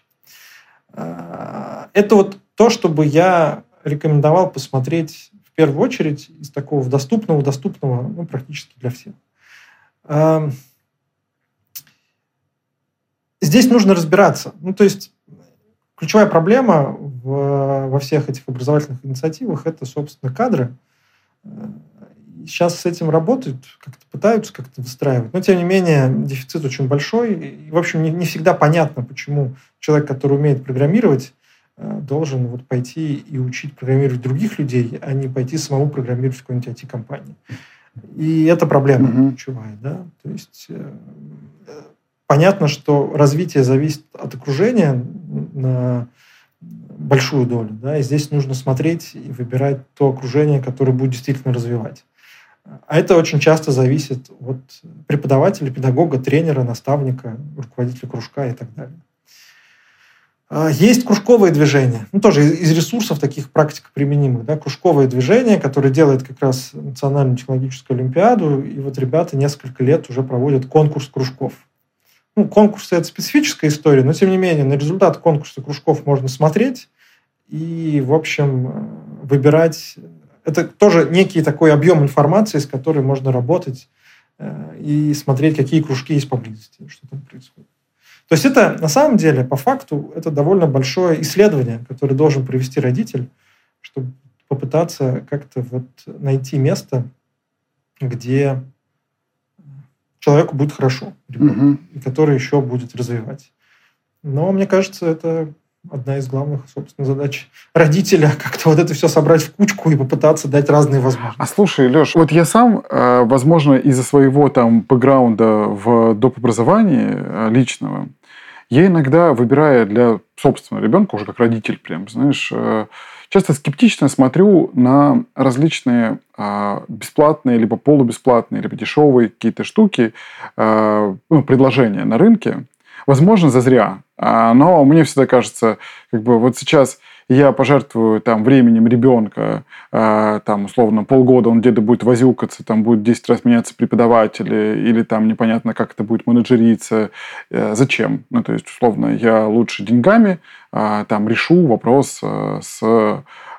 Это вот то, что бы я рекомендовал посмотреть в первую очередь из такого доступного, доступного, ну, практически для всех. Здесь нужно разбираться. Ну, то есть ключевая проблема в, во всех этих образовательных инициативах – это, собственно, кадры. Сейчас с этим работают, как-то пытаются как-то выстраивать. Но, тем не менее, дефицит очень большой. И, в общем, не, не всегда понятно, почему человек, который умеет программировать, должен вот пойти и учить программировать других людей, а не пойти самому программировать в какой-нибудь ай ти-компании. И это проблема mm-hmm. ключевая. Да? То есть э, понятно, что развитие зависит от окружения на большую долю. Да? И здесь нужно смотреть и выбирать то окружение, которое будет действительно развивать. А это очень часто зависит от преподавателя, педагога, тренера, наставника, руководителя кружка и так далее. Есть кружковые движения, ну, тоже из ресурсов таких практик применимых. Да, кружковые движения, которые делает как раз Национальную технологическую олимпиаду, и вот ребята несколько лет уже проводят конкурс кружков. Ну, конкурсы – это специфическая история, но, тем не менее, на результат конкурса кружков можно смотреть и, в общем, выбирать. Это тоже некий такой объем информации, с которой можно работать и смотреть, какие кружки есть поблизости, что там происходит. То есть это, на самом деле, по факту, это довольно большое исследование, которое должен провести родитель, чтобы попытаться как-то вот найти место, где человеку будет хорошо, mm-hmm. и который еще будет развивать. Но, мне кажется, это одна из главных, собственно, задач родителя, как-то вот это все собрать в кучку и попытаться дать разные возможности. А слушай, Леш, вот я сам, возможно, из-за своего там бэкграунда в доп. Образовании личного, я иногда, выбирая для собственного ребенка, уже как родитель, прям, знаешь, часто скептично смотрю на различные бесплатные, либо полубесплатные, либо дешевые какие-то штуки, ну, предложения на рынке. Возможно, зазря. Но мне всегда кажется, как бы вот сейчас я пожертвую там временем ребенка, там, условно, полгода он где-то будет возюкаться, там будет десять раз меняться преподаватели, или там непонятно, как это будет менеджериться. Зачем? Ну, то есть, условно, я лучше деньгами там решу вопрос с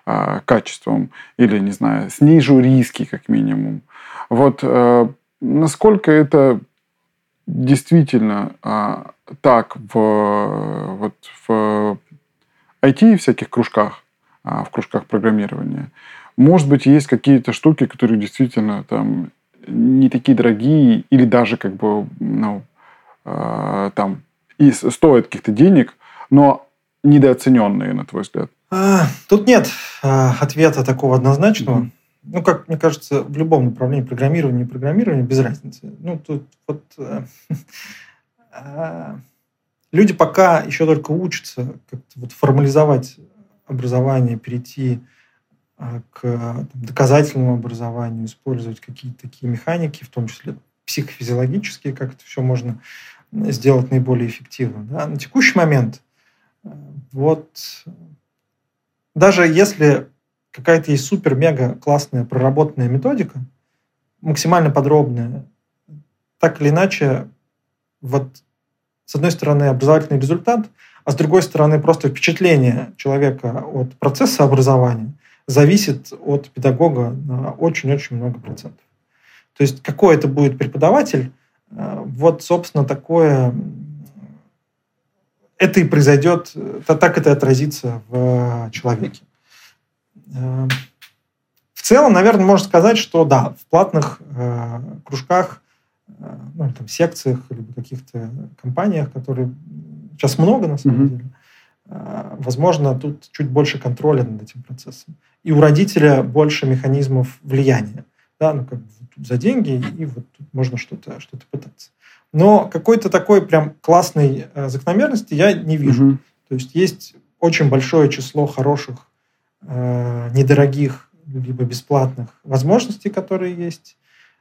а, качеством или, не знаю, снижу риски как минимум. Вот а, насколько это действительно а, так в, вот, в ай ти всяких кружках, а, в кружках программирования. Может быть, есть какие-то штуки, которые действительно там не такие дорогие или даже как бы ну, а, там и стоят каких-то денег, но недооцененные, на твой взгляд? А, тут нет а, ответа такого однозначного. Mm-hmm. Ну, как мне кажется, в любом направлении программирования и программирования без разницы. Ну, тут вот э, э, люди пока еще только учатся как-то вот формализовать образование, перейти э, к там, доказательному образованию, использовать какие-то такие механики, в том числе психофизиологические, как это все можно сделать наиболее эффективно. Да? На текущий момент э, вот даже если какая-то есть супер-мега-классная проработанная методика, максимально подробная, так или иначе, вот с одной стороны образовательный результат, а с другой стороны просто впечатление человека от процесса образования зависит от педагога на очень-очень много процентов. То есть какой это будет преподаватель, вот, собственно, такое... Это и произойдет, так это отразится в человеке. В целом, наверное, можно сказать, что да, в платных э, кружках, э, ну, там, секциях или каких-то компаниях, которые сейчас много, на самом mm-hmm. деле, э, возможно, тут чуть больше контроля над этим процессом. И у родителя больше механизмов влияния. Да, ну, как бы тут за деньги, и вот тут можно что-то, что-то пытаться. Но какой-то такой прям классной э, закономерности я не вижу. Mm-hmm. То есть есть очень большое число хороших недорогих, либо бесплатных возможностей, которые есть.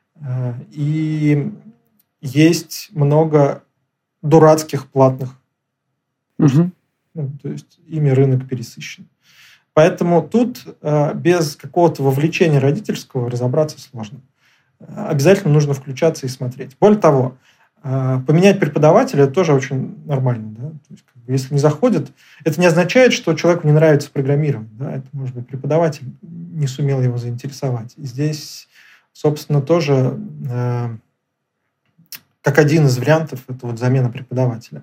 И есть много дурацких платных. Угу. Ну, то есть ими рынок пересыщен. Поэтому тут без какого-то вовлечения родительского разобраться сложно. Обязательно нужно включаться и смотреть. Более того, поменять преподавателя – это тоже очень нормально. Да? То есть, как бы, если не заходит, это не означает, что человеку не нравится программирование. Да? Это, может быть, преподаватель не сумел его заинтересовать. И здесь, собственно, тоже э, как один из вариантов – это вот замена преподавателя.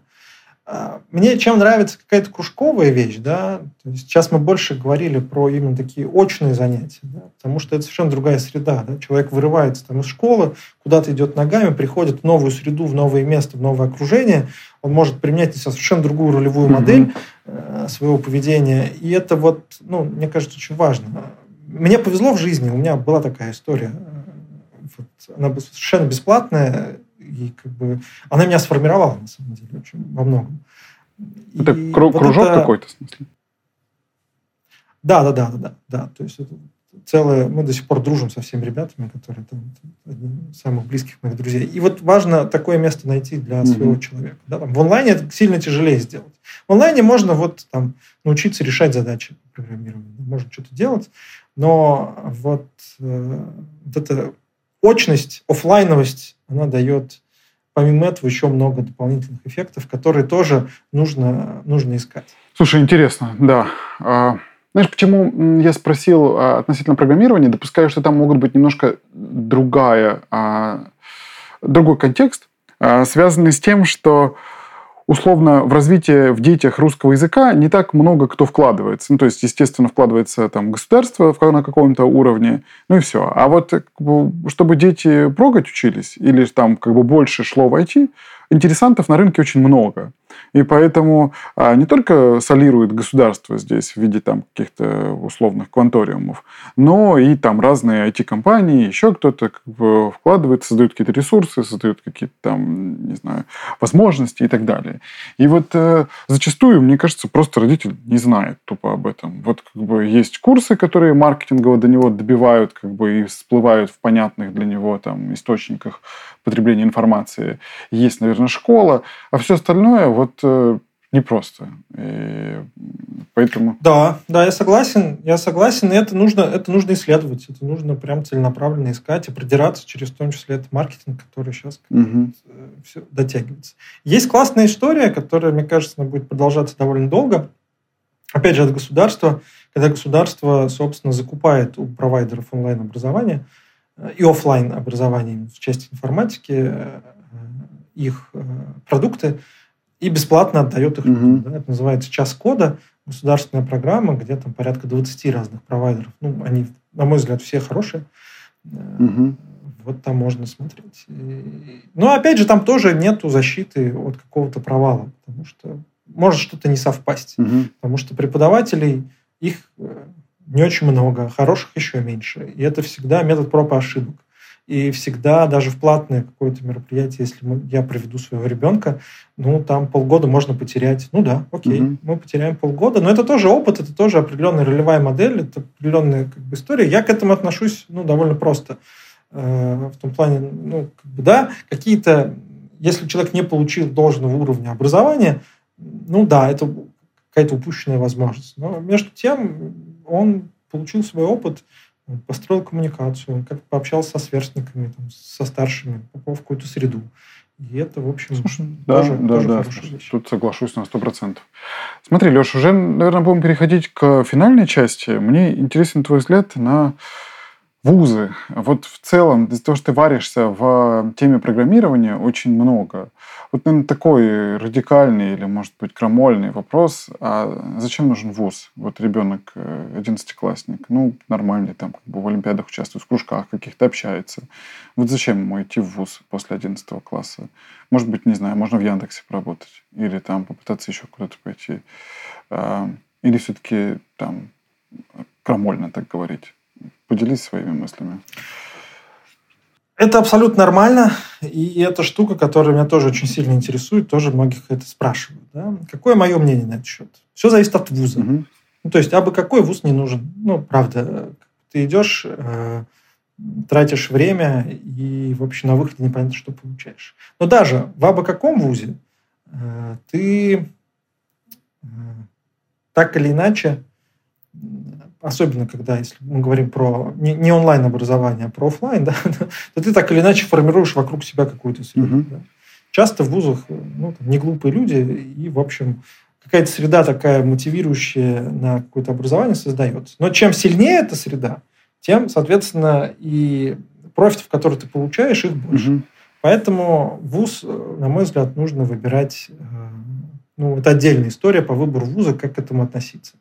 Мне чем нравится какая-то кружковая вещь, да, то есть сейчас мы больше говорили про именно такие очные занятия, да, потому что это совершенно другая среда, да, человек вырывается там из школы, куда-то идет ногами, приходит в новую среду, в новое место, в новое окружение, он может применять совершенно другую ролевую mm-hmm. модель э, своего поведения, и это вот, ну, мне кажется, очень важно. Мне повезло в жизни, у меня была такая история, вот, она совершенно бесплатная. И как бы она меня сформировала, на самом деле, очень во многом. Это и кру- вот кружок это... какой-то, в смысле? Да, да, да, да, да, да. То есть это целое... Мы до сих пор дружим со всеми ребятами, которые там одни из самых близких моих друзей. И вот важно такое место найти для своего mm-hmm. человека. Да, там, в онлайне это сильно тяжелее сделать. В онлайне можно вот там научиться решать задачи по программированию. Можно что-то делать, но вот, э, вот эта очность, офлайновость, она дает, помимо этого, еще много дополнительных эффектов, которые тоже нужно, нужно искать. Слушай, интересно, да. А, знаешь, почему я спросил а, относительно программирования? Допускаю, что там могут быть немножко другая, а, другой контекст, а, связанный с тем, что условно в развитие в детях русского языка не так много кто вкладывается. Ну, то есть, естественно, вкладывается там государство на каком-то уровне, ну и все. А вот как бы, чтобы дети прогать учились или там как бы больше шло в ай ти, интересантов на рынке очень много. И поэтому а, не только солирует государство здесь в виде там каких-то условных кванториумов, но и там разные ай ти-компании, еще кто-то как бы вкладывает, создают какие-то ресурсы, создают какие-то там, не знаю, возможности и так далее. И вот э, зачастую, мне кажется, просто родитель не знает тупо об этом. Вот как бы есть курсы, которые маркетингово до него добивают, как бы и всплывают в понятных для него там источниках потребления информации. Есть, наверное, школа, а все остальное вот э, непросто. И поэтому... Да, да, я согласен. Я согласен, и это нужно, это нужно исследовать. Это нужно прям целенаправленно искать и продираться через, в том числе, этот маркетинг, который сейчас угу. все дотягивается. Есть классная история, которая, мне кажется, она будет продолжаться довольно долго. опять же, от государства, когда государство, собственно, закупает у провайдеров онлайн-образования и офлайн образования в части информатики их продукты и бесплатно отдает их людям. Мгм. Да. Это называется «Час кода», государственная программа, где там порядка двадцать разных провайдеров. Ну, они, на мой взгляд, все хорошие. Мгм. Вот там можно смотреть. И- Но, опять же, там тоже нету защиты от какого-то провала, потому что может что-то не совпасть. Мгм. Потому что преподавателей, их э, не очень много, хороших еще меньше. И это всегда метод проб и ошибок. И всегда, даже в платное какое-то мероприятие, если мы- я приведу своего ребенка, ну, там полгода можно потерять. Ну да, окей, Мгм. мы потеряем полгода. Но это тоже опыт, это тоже определенная ролевая модель, это определенная как бы, история. Я к этому отношусь ну, довольно просто. Э, В том плане, ну, как бы, да, какие-то... Если человек не получил должного уровня образования, ну да, это какая-то упущенная возможность. Но между тем он получил свой опыт, он построил коммуникацию, он как-то пообщался со сверстниками, там, со старшими, попал в какую-то среду. И это, в общем, Да, тоже, да, тоже да. хорошая слушай, вещь. Тут соглашусь на сто процентов. Смотри, Леш, уже, наверное, будем переходить к финальной части. Мне интересен твой взгляд на вузы. Вот в целом, из-за того, что ты варишься в теме программирования, очень много. Вот, наверное, такой радикальный или, может быть, крамольный вопрос. А зачем нужен вуз? Вот ребенок, э, одиннадцатиклассник, ну, нормальный, там, как бы в олимпиадах участвует, в кружках каких-то общается. Вот зачем ему идти в вуз после одиннадцатого класса? Может быть, не знаю, можно в Яндексе поработать. Или там попытаться еще куда-то пойти. А, Или все-таки там крамольно так говорить. Поделись своими мыслями. Это абсолютно нормально, и это штука, которая меня тоже очень сильно интересует, тоже многих это спрашивают. Да? Какое мое мнение на этот счет? Все зависит от вуза. Мгм. Ну, то есть, абы какой вуз не нужен. Ну, правда, ты идешь, э, тратишь время, и, в общем, на выходе непонятно, что получаешь. Но даже в абы каком вузе э, ты э, так или иначе, особенно когда, если мы говорим про не, не онлайн-образование, а про офлайн, да, то ты так или иначе формируешь вокруг себя какую-то среду. Мгм. Да. Часто в вузах ну, там, не глупые люди, и, в общем, какая-то среда такая мотивирующая на какое-то образование создается. Но чем сильнее эта среда, тем, соответственно, и профитов, которые ты получаешь, их больше. Мгм. Поэтому вуз, э, на мой взгляд, нужно выбирать. э, Ну, это отдельная история по выбору вуза, как к этому относиться.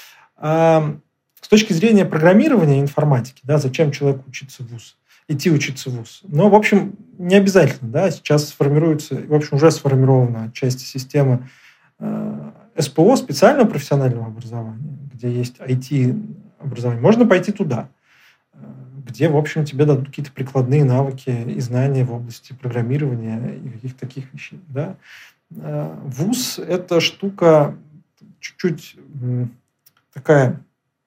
А с точки зрения программирования и информатики, да, зачем человеку учиться в вуз, идти учиться в вуз? Ну, в общем, не обязательно. Да, сейчас сформируется, в общем, уже сформирована часть системы э, эс пэ о, специального профессионального образования, где есть ай ти-образование. Можно пойти туда, э, где, в общем, тебе дадут какие-то прикладные навыки и знания в области программирования и каких-то таких вещей. Да. Э, Вуз – это штука чуть-чуть м, такая,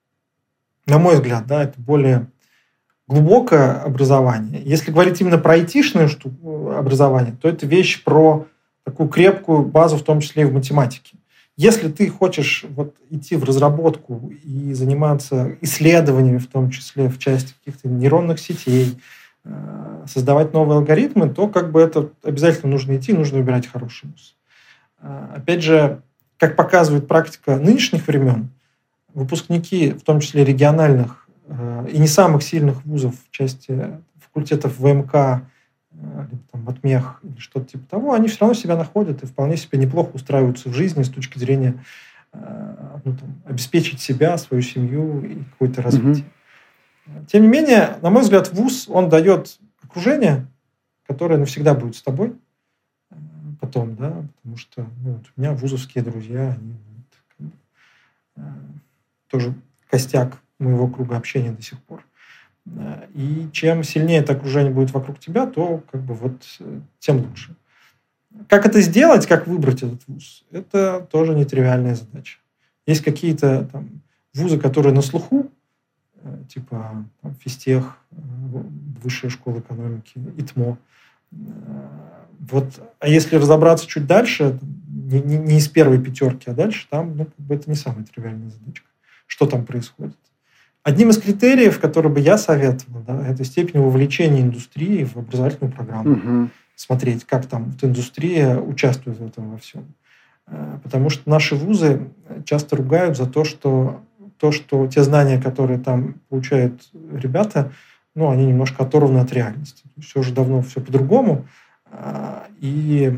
на мой взгляд, да, это более глубокое образование. Если говорить именно про айтишное штуку, образование, то это вещь про такую крепкую базу, в том числе и в математике. Если ты хочешь вот идти в разработку и заниматься исследованиями, в том числе в части каких-то нейронных сетей, э, создавать новые алгоритмы, то как бы это обязательно нужно идти, нужно выбирать хороший вуз. Э, Опять же, как показывает практика нынешних времен, выпускники, в том числе региональных э, и не самых сильных вузов в части факультетов вэ эм ка, э, либо там матмех или что-то типа того, они все равно себя находят и вполне себе неплохо устраиваются в жизни с точки зрения э, ну, там, обеспечить себя, свою семью и какое-то развитие. Тем не менее, на мой взгляд, вуз, он дает окружение, которое навсегда будет с тобой э, потом, да, потому что ну, вот у меня вузовские друзья, они вот, как бы, э, тоже костяк моего круга общения до сих пор. Э, И чем сильнее это окружение будет вокруг тебя, то как бы вот э, тем лучше. Как это сделать, как выбрать этот вуз, это тоже нетривиальная задача. Есть какие-то там вузы, которые на слуху, э, типа там, физтех, э, Высшая школа экономики, ИТМО. Э, Вот. А если разобраться чуть дальше, не, не- не из первой пятерки, а дальше, там ну, как бы это не самая тривиальная задачка. Что там происходит? Одним из критериев, который бы я советовал, да, это степень вовлечения индустрии в образовательную программу. Мгм. Смотреть, как там вот индустрия участвует в этом во всем. Потому что наши вузы часто ругают за то, что, то, что те знания, которые там получают ребята, ну, они немножко оторваны от реальности. Все уже давно все по-другому, и...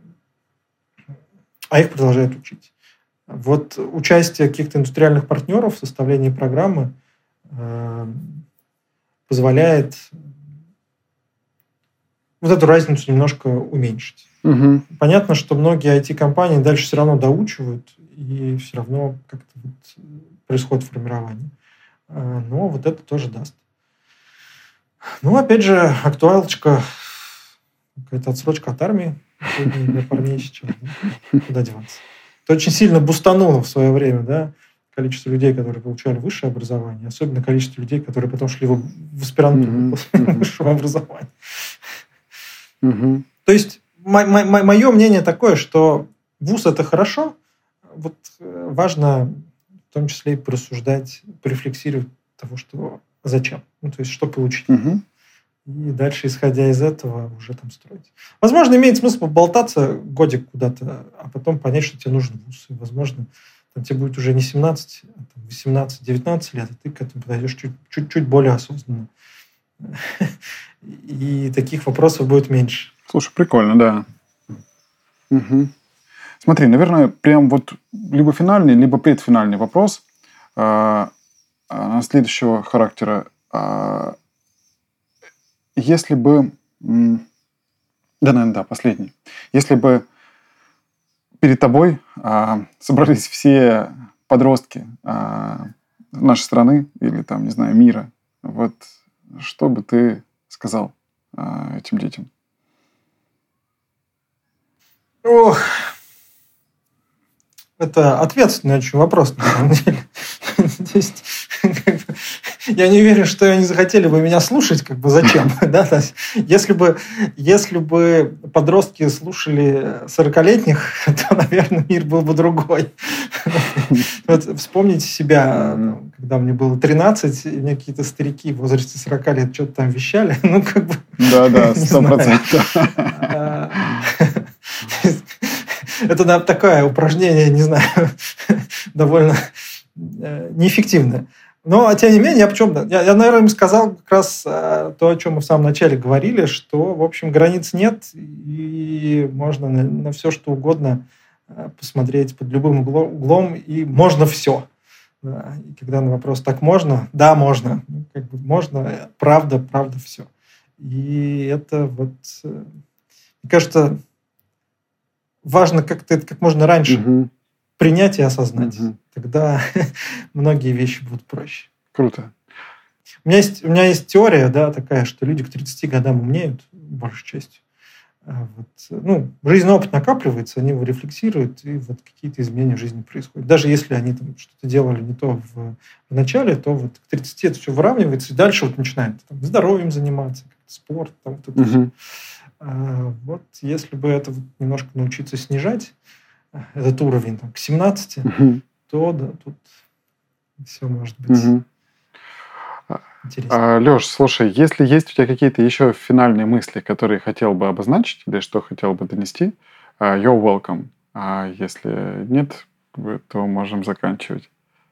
а их продолжают учить. Вот участие каких-то индустриальных партнеров в составлении программы позволяет вот эту разницу немножко уменьшить. Угу. Понятно, что многие ай ти-компании дальше все равно доучивают, и все равно как-то вот происходит формирование. Но вот это тоже даст. Ну, опять же, актуалочка, какая-то отсрочка от армии для парней сейчас. Да? Куда деваться? Это очень сильно бустануло в свое время, да, количество людей, которые получали высшее образование, особенно количество людей, которые потом шли в, в аспирантуру mm-hmm. после mm-hmm. высшего образования. Mm-hmm. То есть мое мнение такое, что вуз – это хорошо, вот важно в том числе и порассуждать, порефлексировать того, что зачем, ну, то есть что получить. Mm-hmm. И дальше, исходя из этого, уже там строить. Возможно, имеет смысл поболтаться годик куда-то, а потом понять, что тебе нужен вуз. И, возможно, там тебе будет уже не семнадцать, а восемнадцать-девятнадцать лет, и ты к этому подойдешь чуть-чуть более осознанно. И таких вопросов будет меньше. Слушай, прикольно, да. Угу. Смотри, наверное, прям вот либо финальный, либо предфинальный вопрос э, э, следующего характера. Э, если бы... М, да, наверное, да, последний. Если бы перед тобой э, собрались все подростки э, нашей страны или, там, не знаю, мира, вот что бы ты сказал э, этим детям? Ох, это ответственный очень вопрос, на самом деле. То есть, как бы, я не уверен, что они захотели бы меня слушать, как бы зачем. Да? Если бы, если бы подростки слушали сорокалетних, то, наверное, мир был бы другой. Вот вспомните себя, когда мне было тринадцать, и мне какие-то старики в возрасте сорока лет что-то там вещали. Ну, как бы... Да-да, сто процентов. Это такое упражнение, не знаю, довольно неэффективное. Но, тем не менее, я, почему, я, я, наверное, им сказал как раз то, о чем мы в самом начале говорили, что, в общем, границ нет, и можно на, на все, что угодно посмотреть под любым углом, и можно все. Да. И когда на вопрос «так можно?» Да, можно. Ну, как бы можно, правда, правда все. И это вот, мне кажется, важно как-то это как можно раньше угу. принять и осознать. Угу. Тогда многие вещи будут проще. Круто. У меня есть, у меня есть теория, да, такая, что люди к тридцати годам умнеют, большей частью. Вот, ну, жизненный опыт накапливается, они его рефлексируют, и вот какие-то изменения в жизни происходят. Даже если они там что-то делали не то в, в начале, то вот к тридцати это все выравнивается, и дальше вот начинают там, здоровьем заниматься, спорт, там, вот это угу. все. А, вот если бы это вот немножко научиться снижать, этот уровень там, к семнадцати, угу. то да, тут все может быть угу. интересно. А, Леш, слушай, если есть у тебя какие-то еще финальные мысли, которые хотел бы обозначить или что хотел бы донести, you're welcome. А если нет, то можем заканчивать.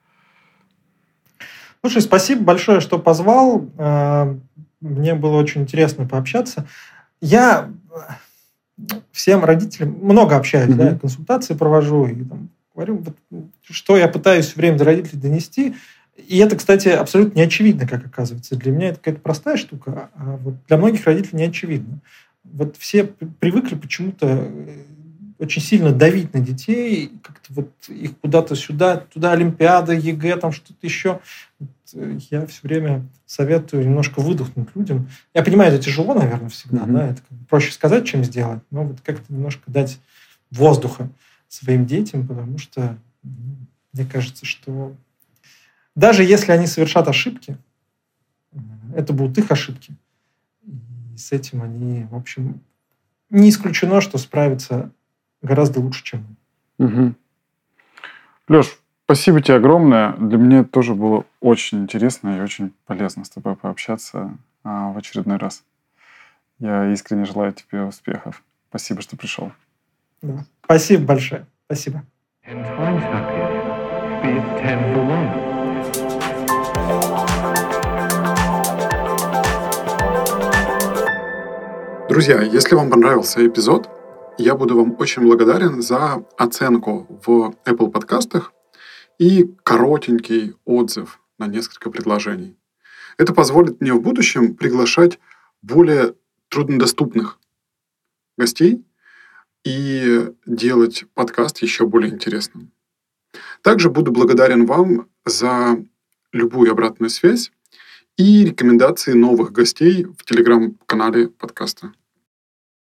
Слушай, спасибо большое, что позвал. Мне было очень интересно пообщаться. Я всем родителям много общаюсь, mm-hmm. да, консультации провожу и там, говорю, вот, что я пытаюсь все время до родителей донести. И это, кстати, абсолютно не очевидно, как оказывается. Для меня это какая-то простая штука, а вот для многих родителей не очевидно. Вот все привыкли почему-то очень сильно давить на детей, как-то вот их куда-то сюда, туда олимпиада, ЕГЭ, там что-то еще. Вот я все время советую немножко выдохнуть людям. Я понимаю, это тяжело, наверное, всегда, mm-hmm. да, это проще сказать, чем сделать, но вот как-то немножко дать воздуха своим детям, потому что ну, мне кажется, что даже если они совершат ошибки, это будут их ошибки. И с этим они, в общем, не исключено, что справятся гораздо лучше, чем мы. Угу. Леш, спасибо тебе огромное. Для меня тоже было очень интересно и очень полезно с тобой пообщаться а, в очередной раз. Я искренне желаю тебе успехов. Спасибо, что пришел. Да. Спасибо большое. Спасибо. Ten times happier. Be it ten for one. Друзья, если вам понравился эпизод, я буду вам очень благодарен за оценку в Apple подкастах и коротенький отзыв на несколько предложений. Это позволит мне в будущем приглашать более труднодоступных гостей и делать подкаст еще более интересным. Также буду благодарен вам за любую обратную связь и рекомендации новых гостей в телеграм-канале подкаста.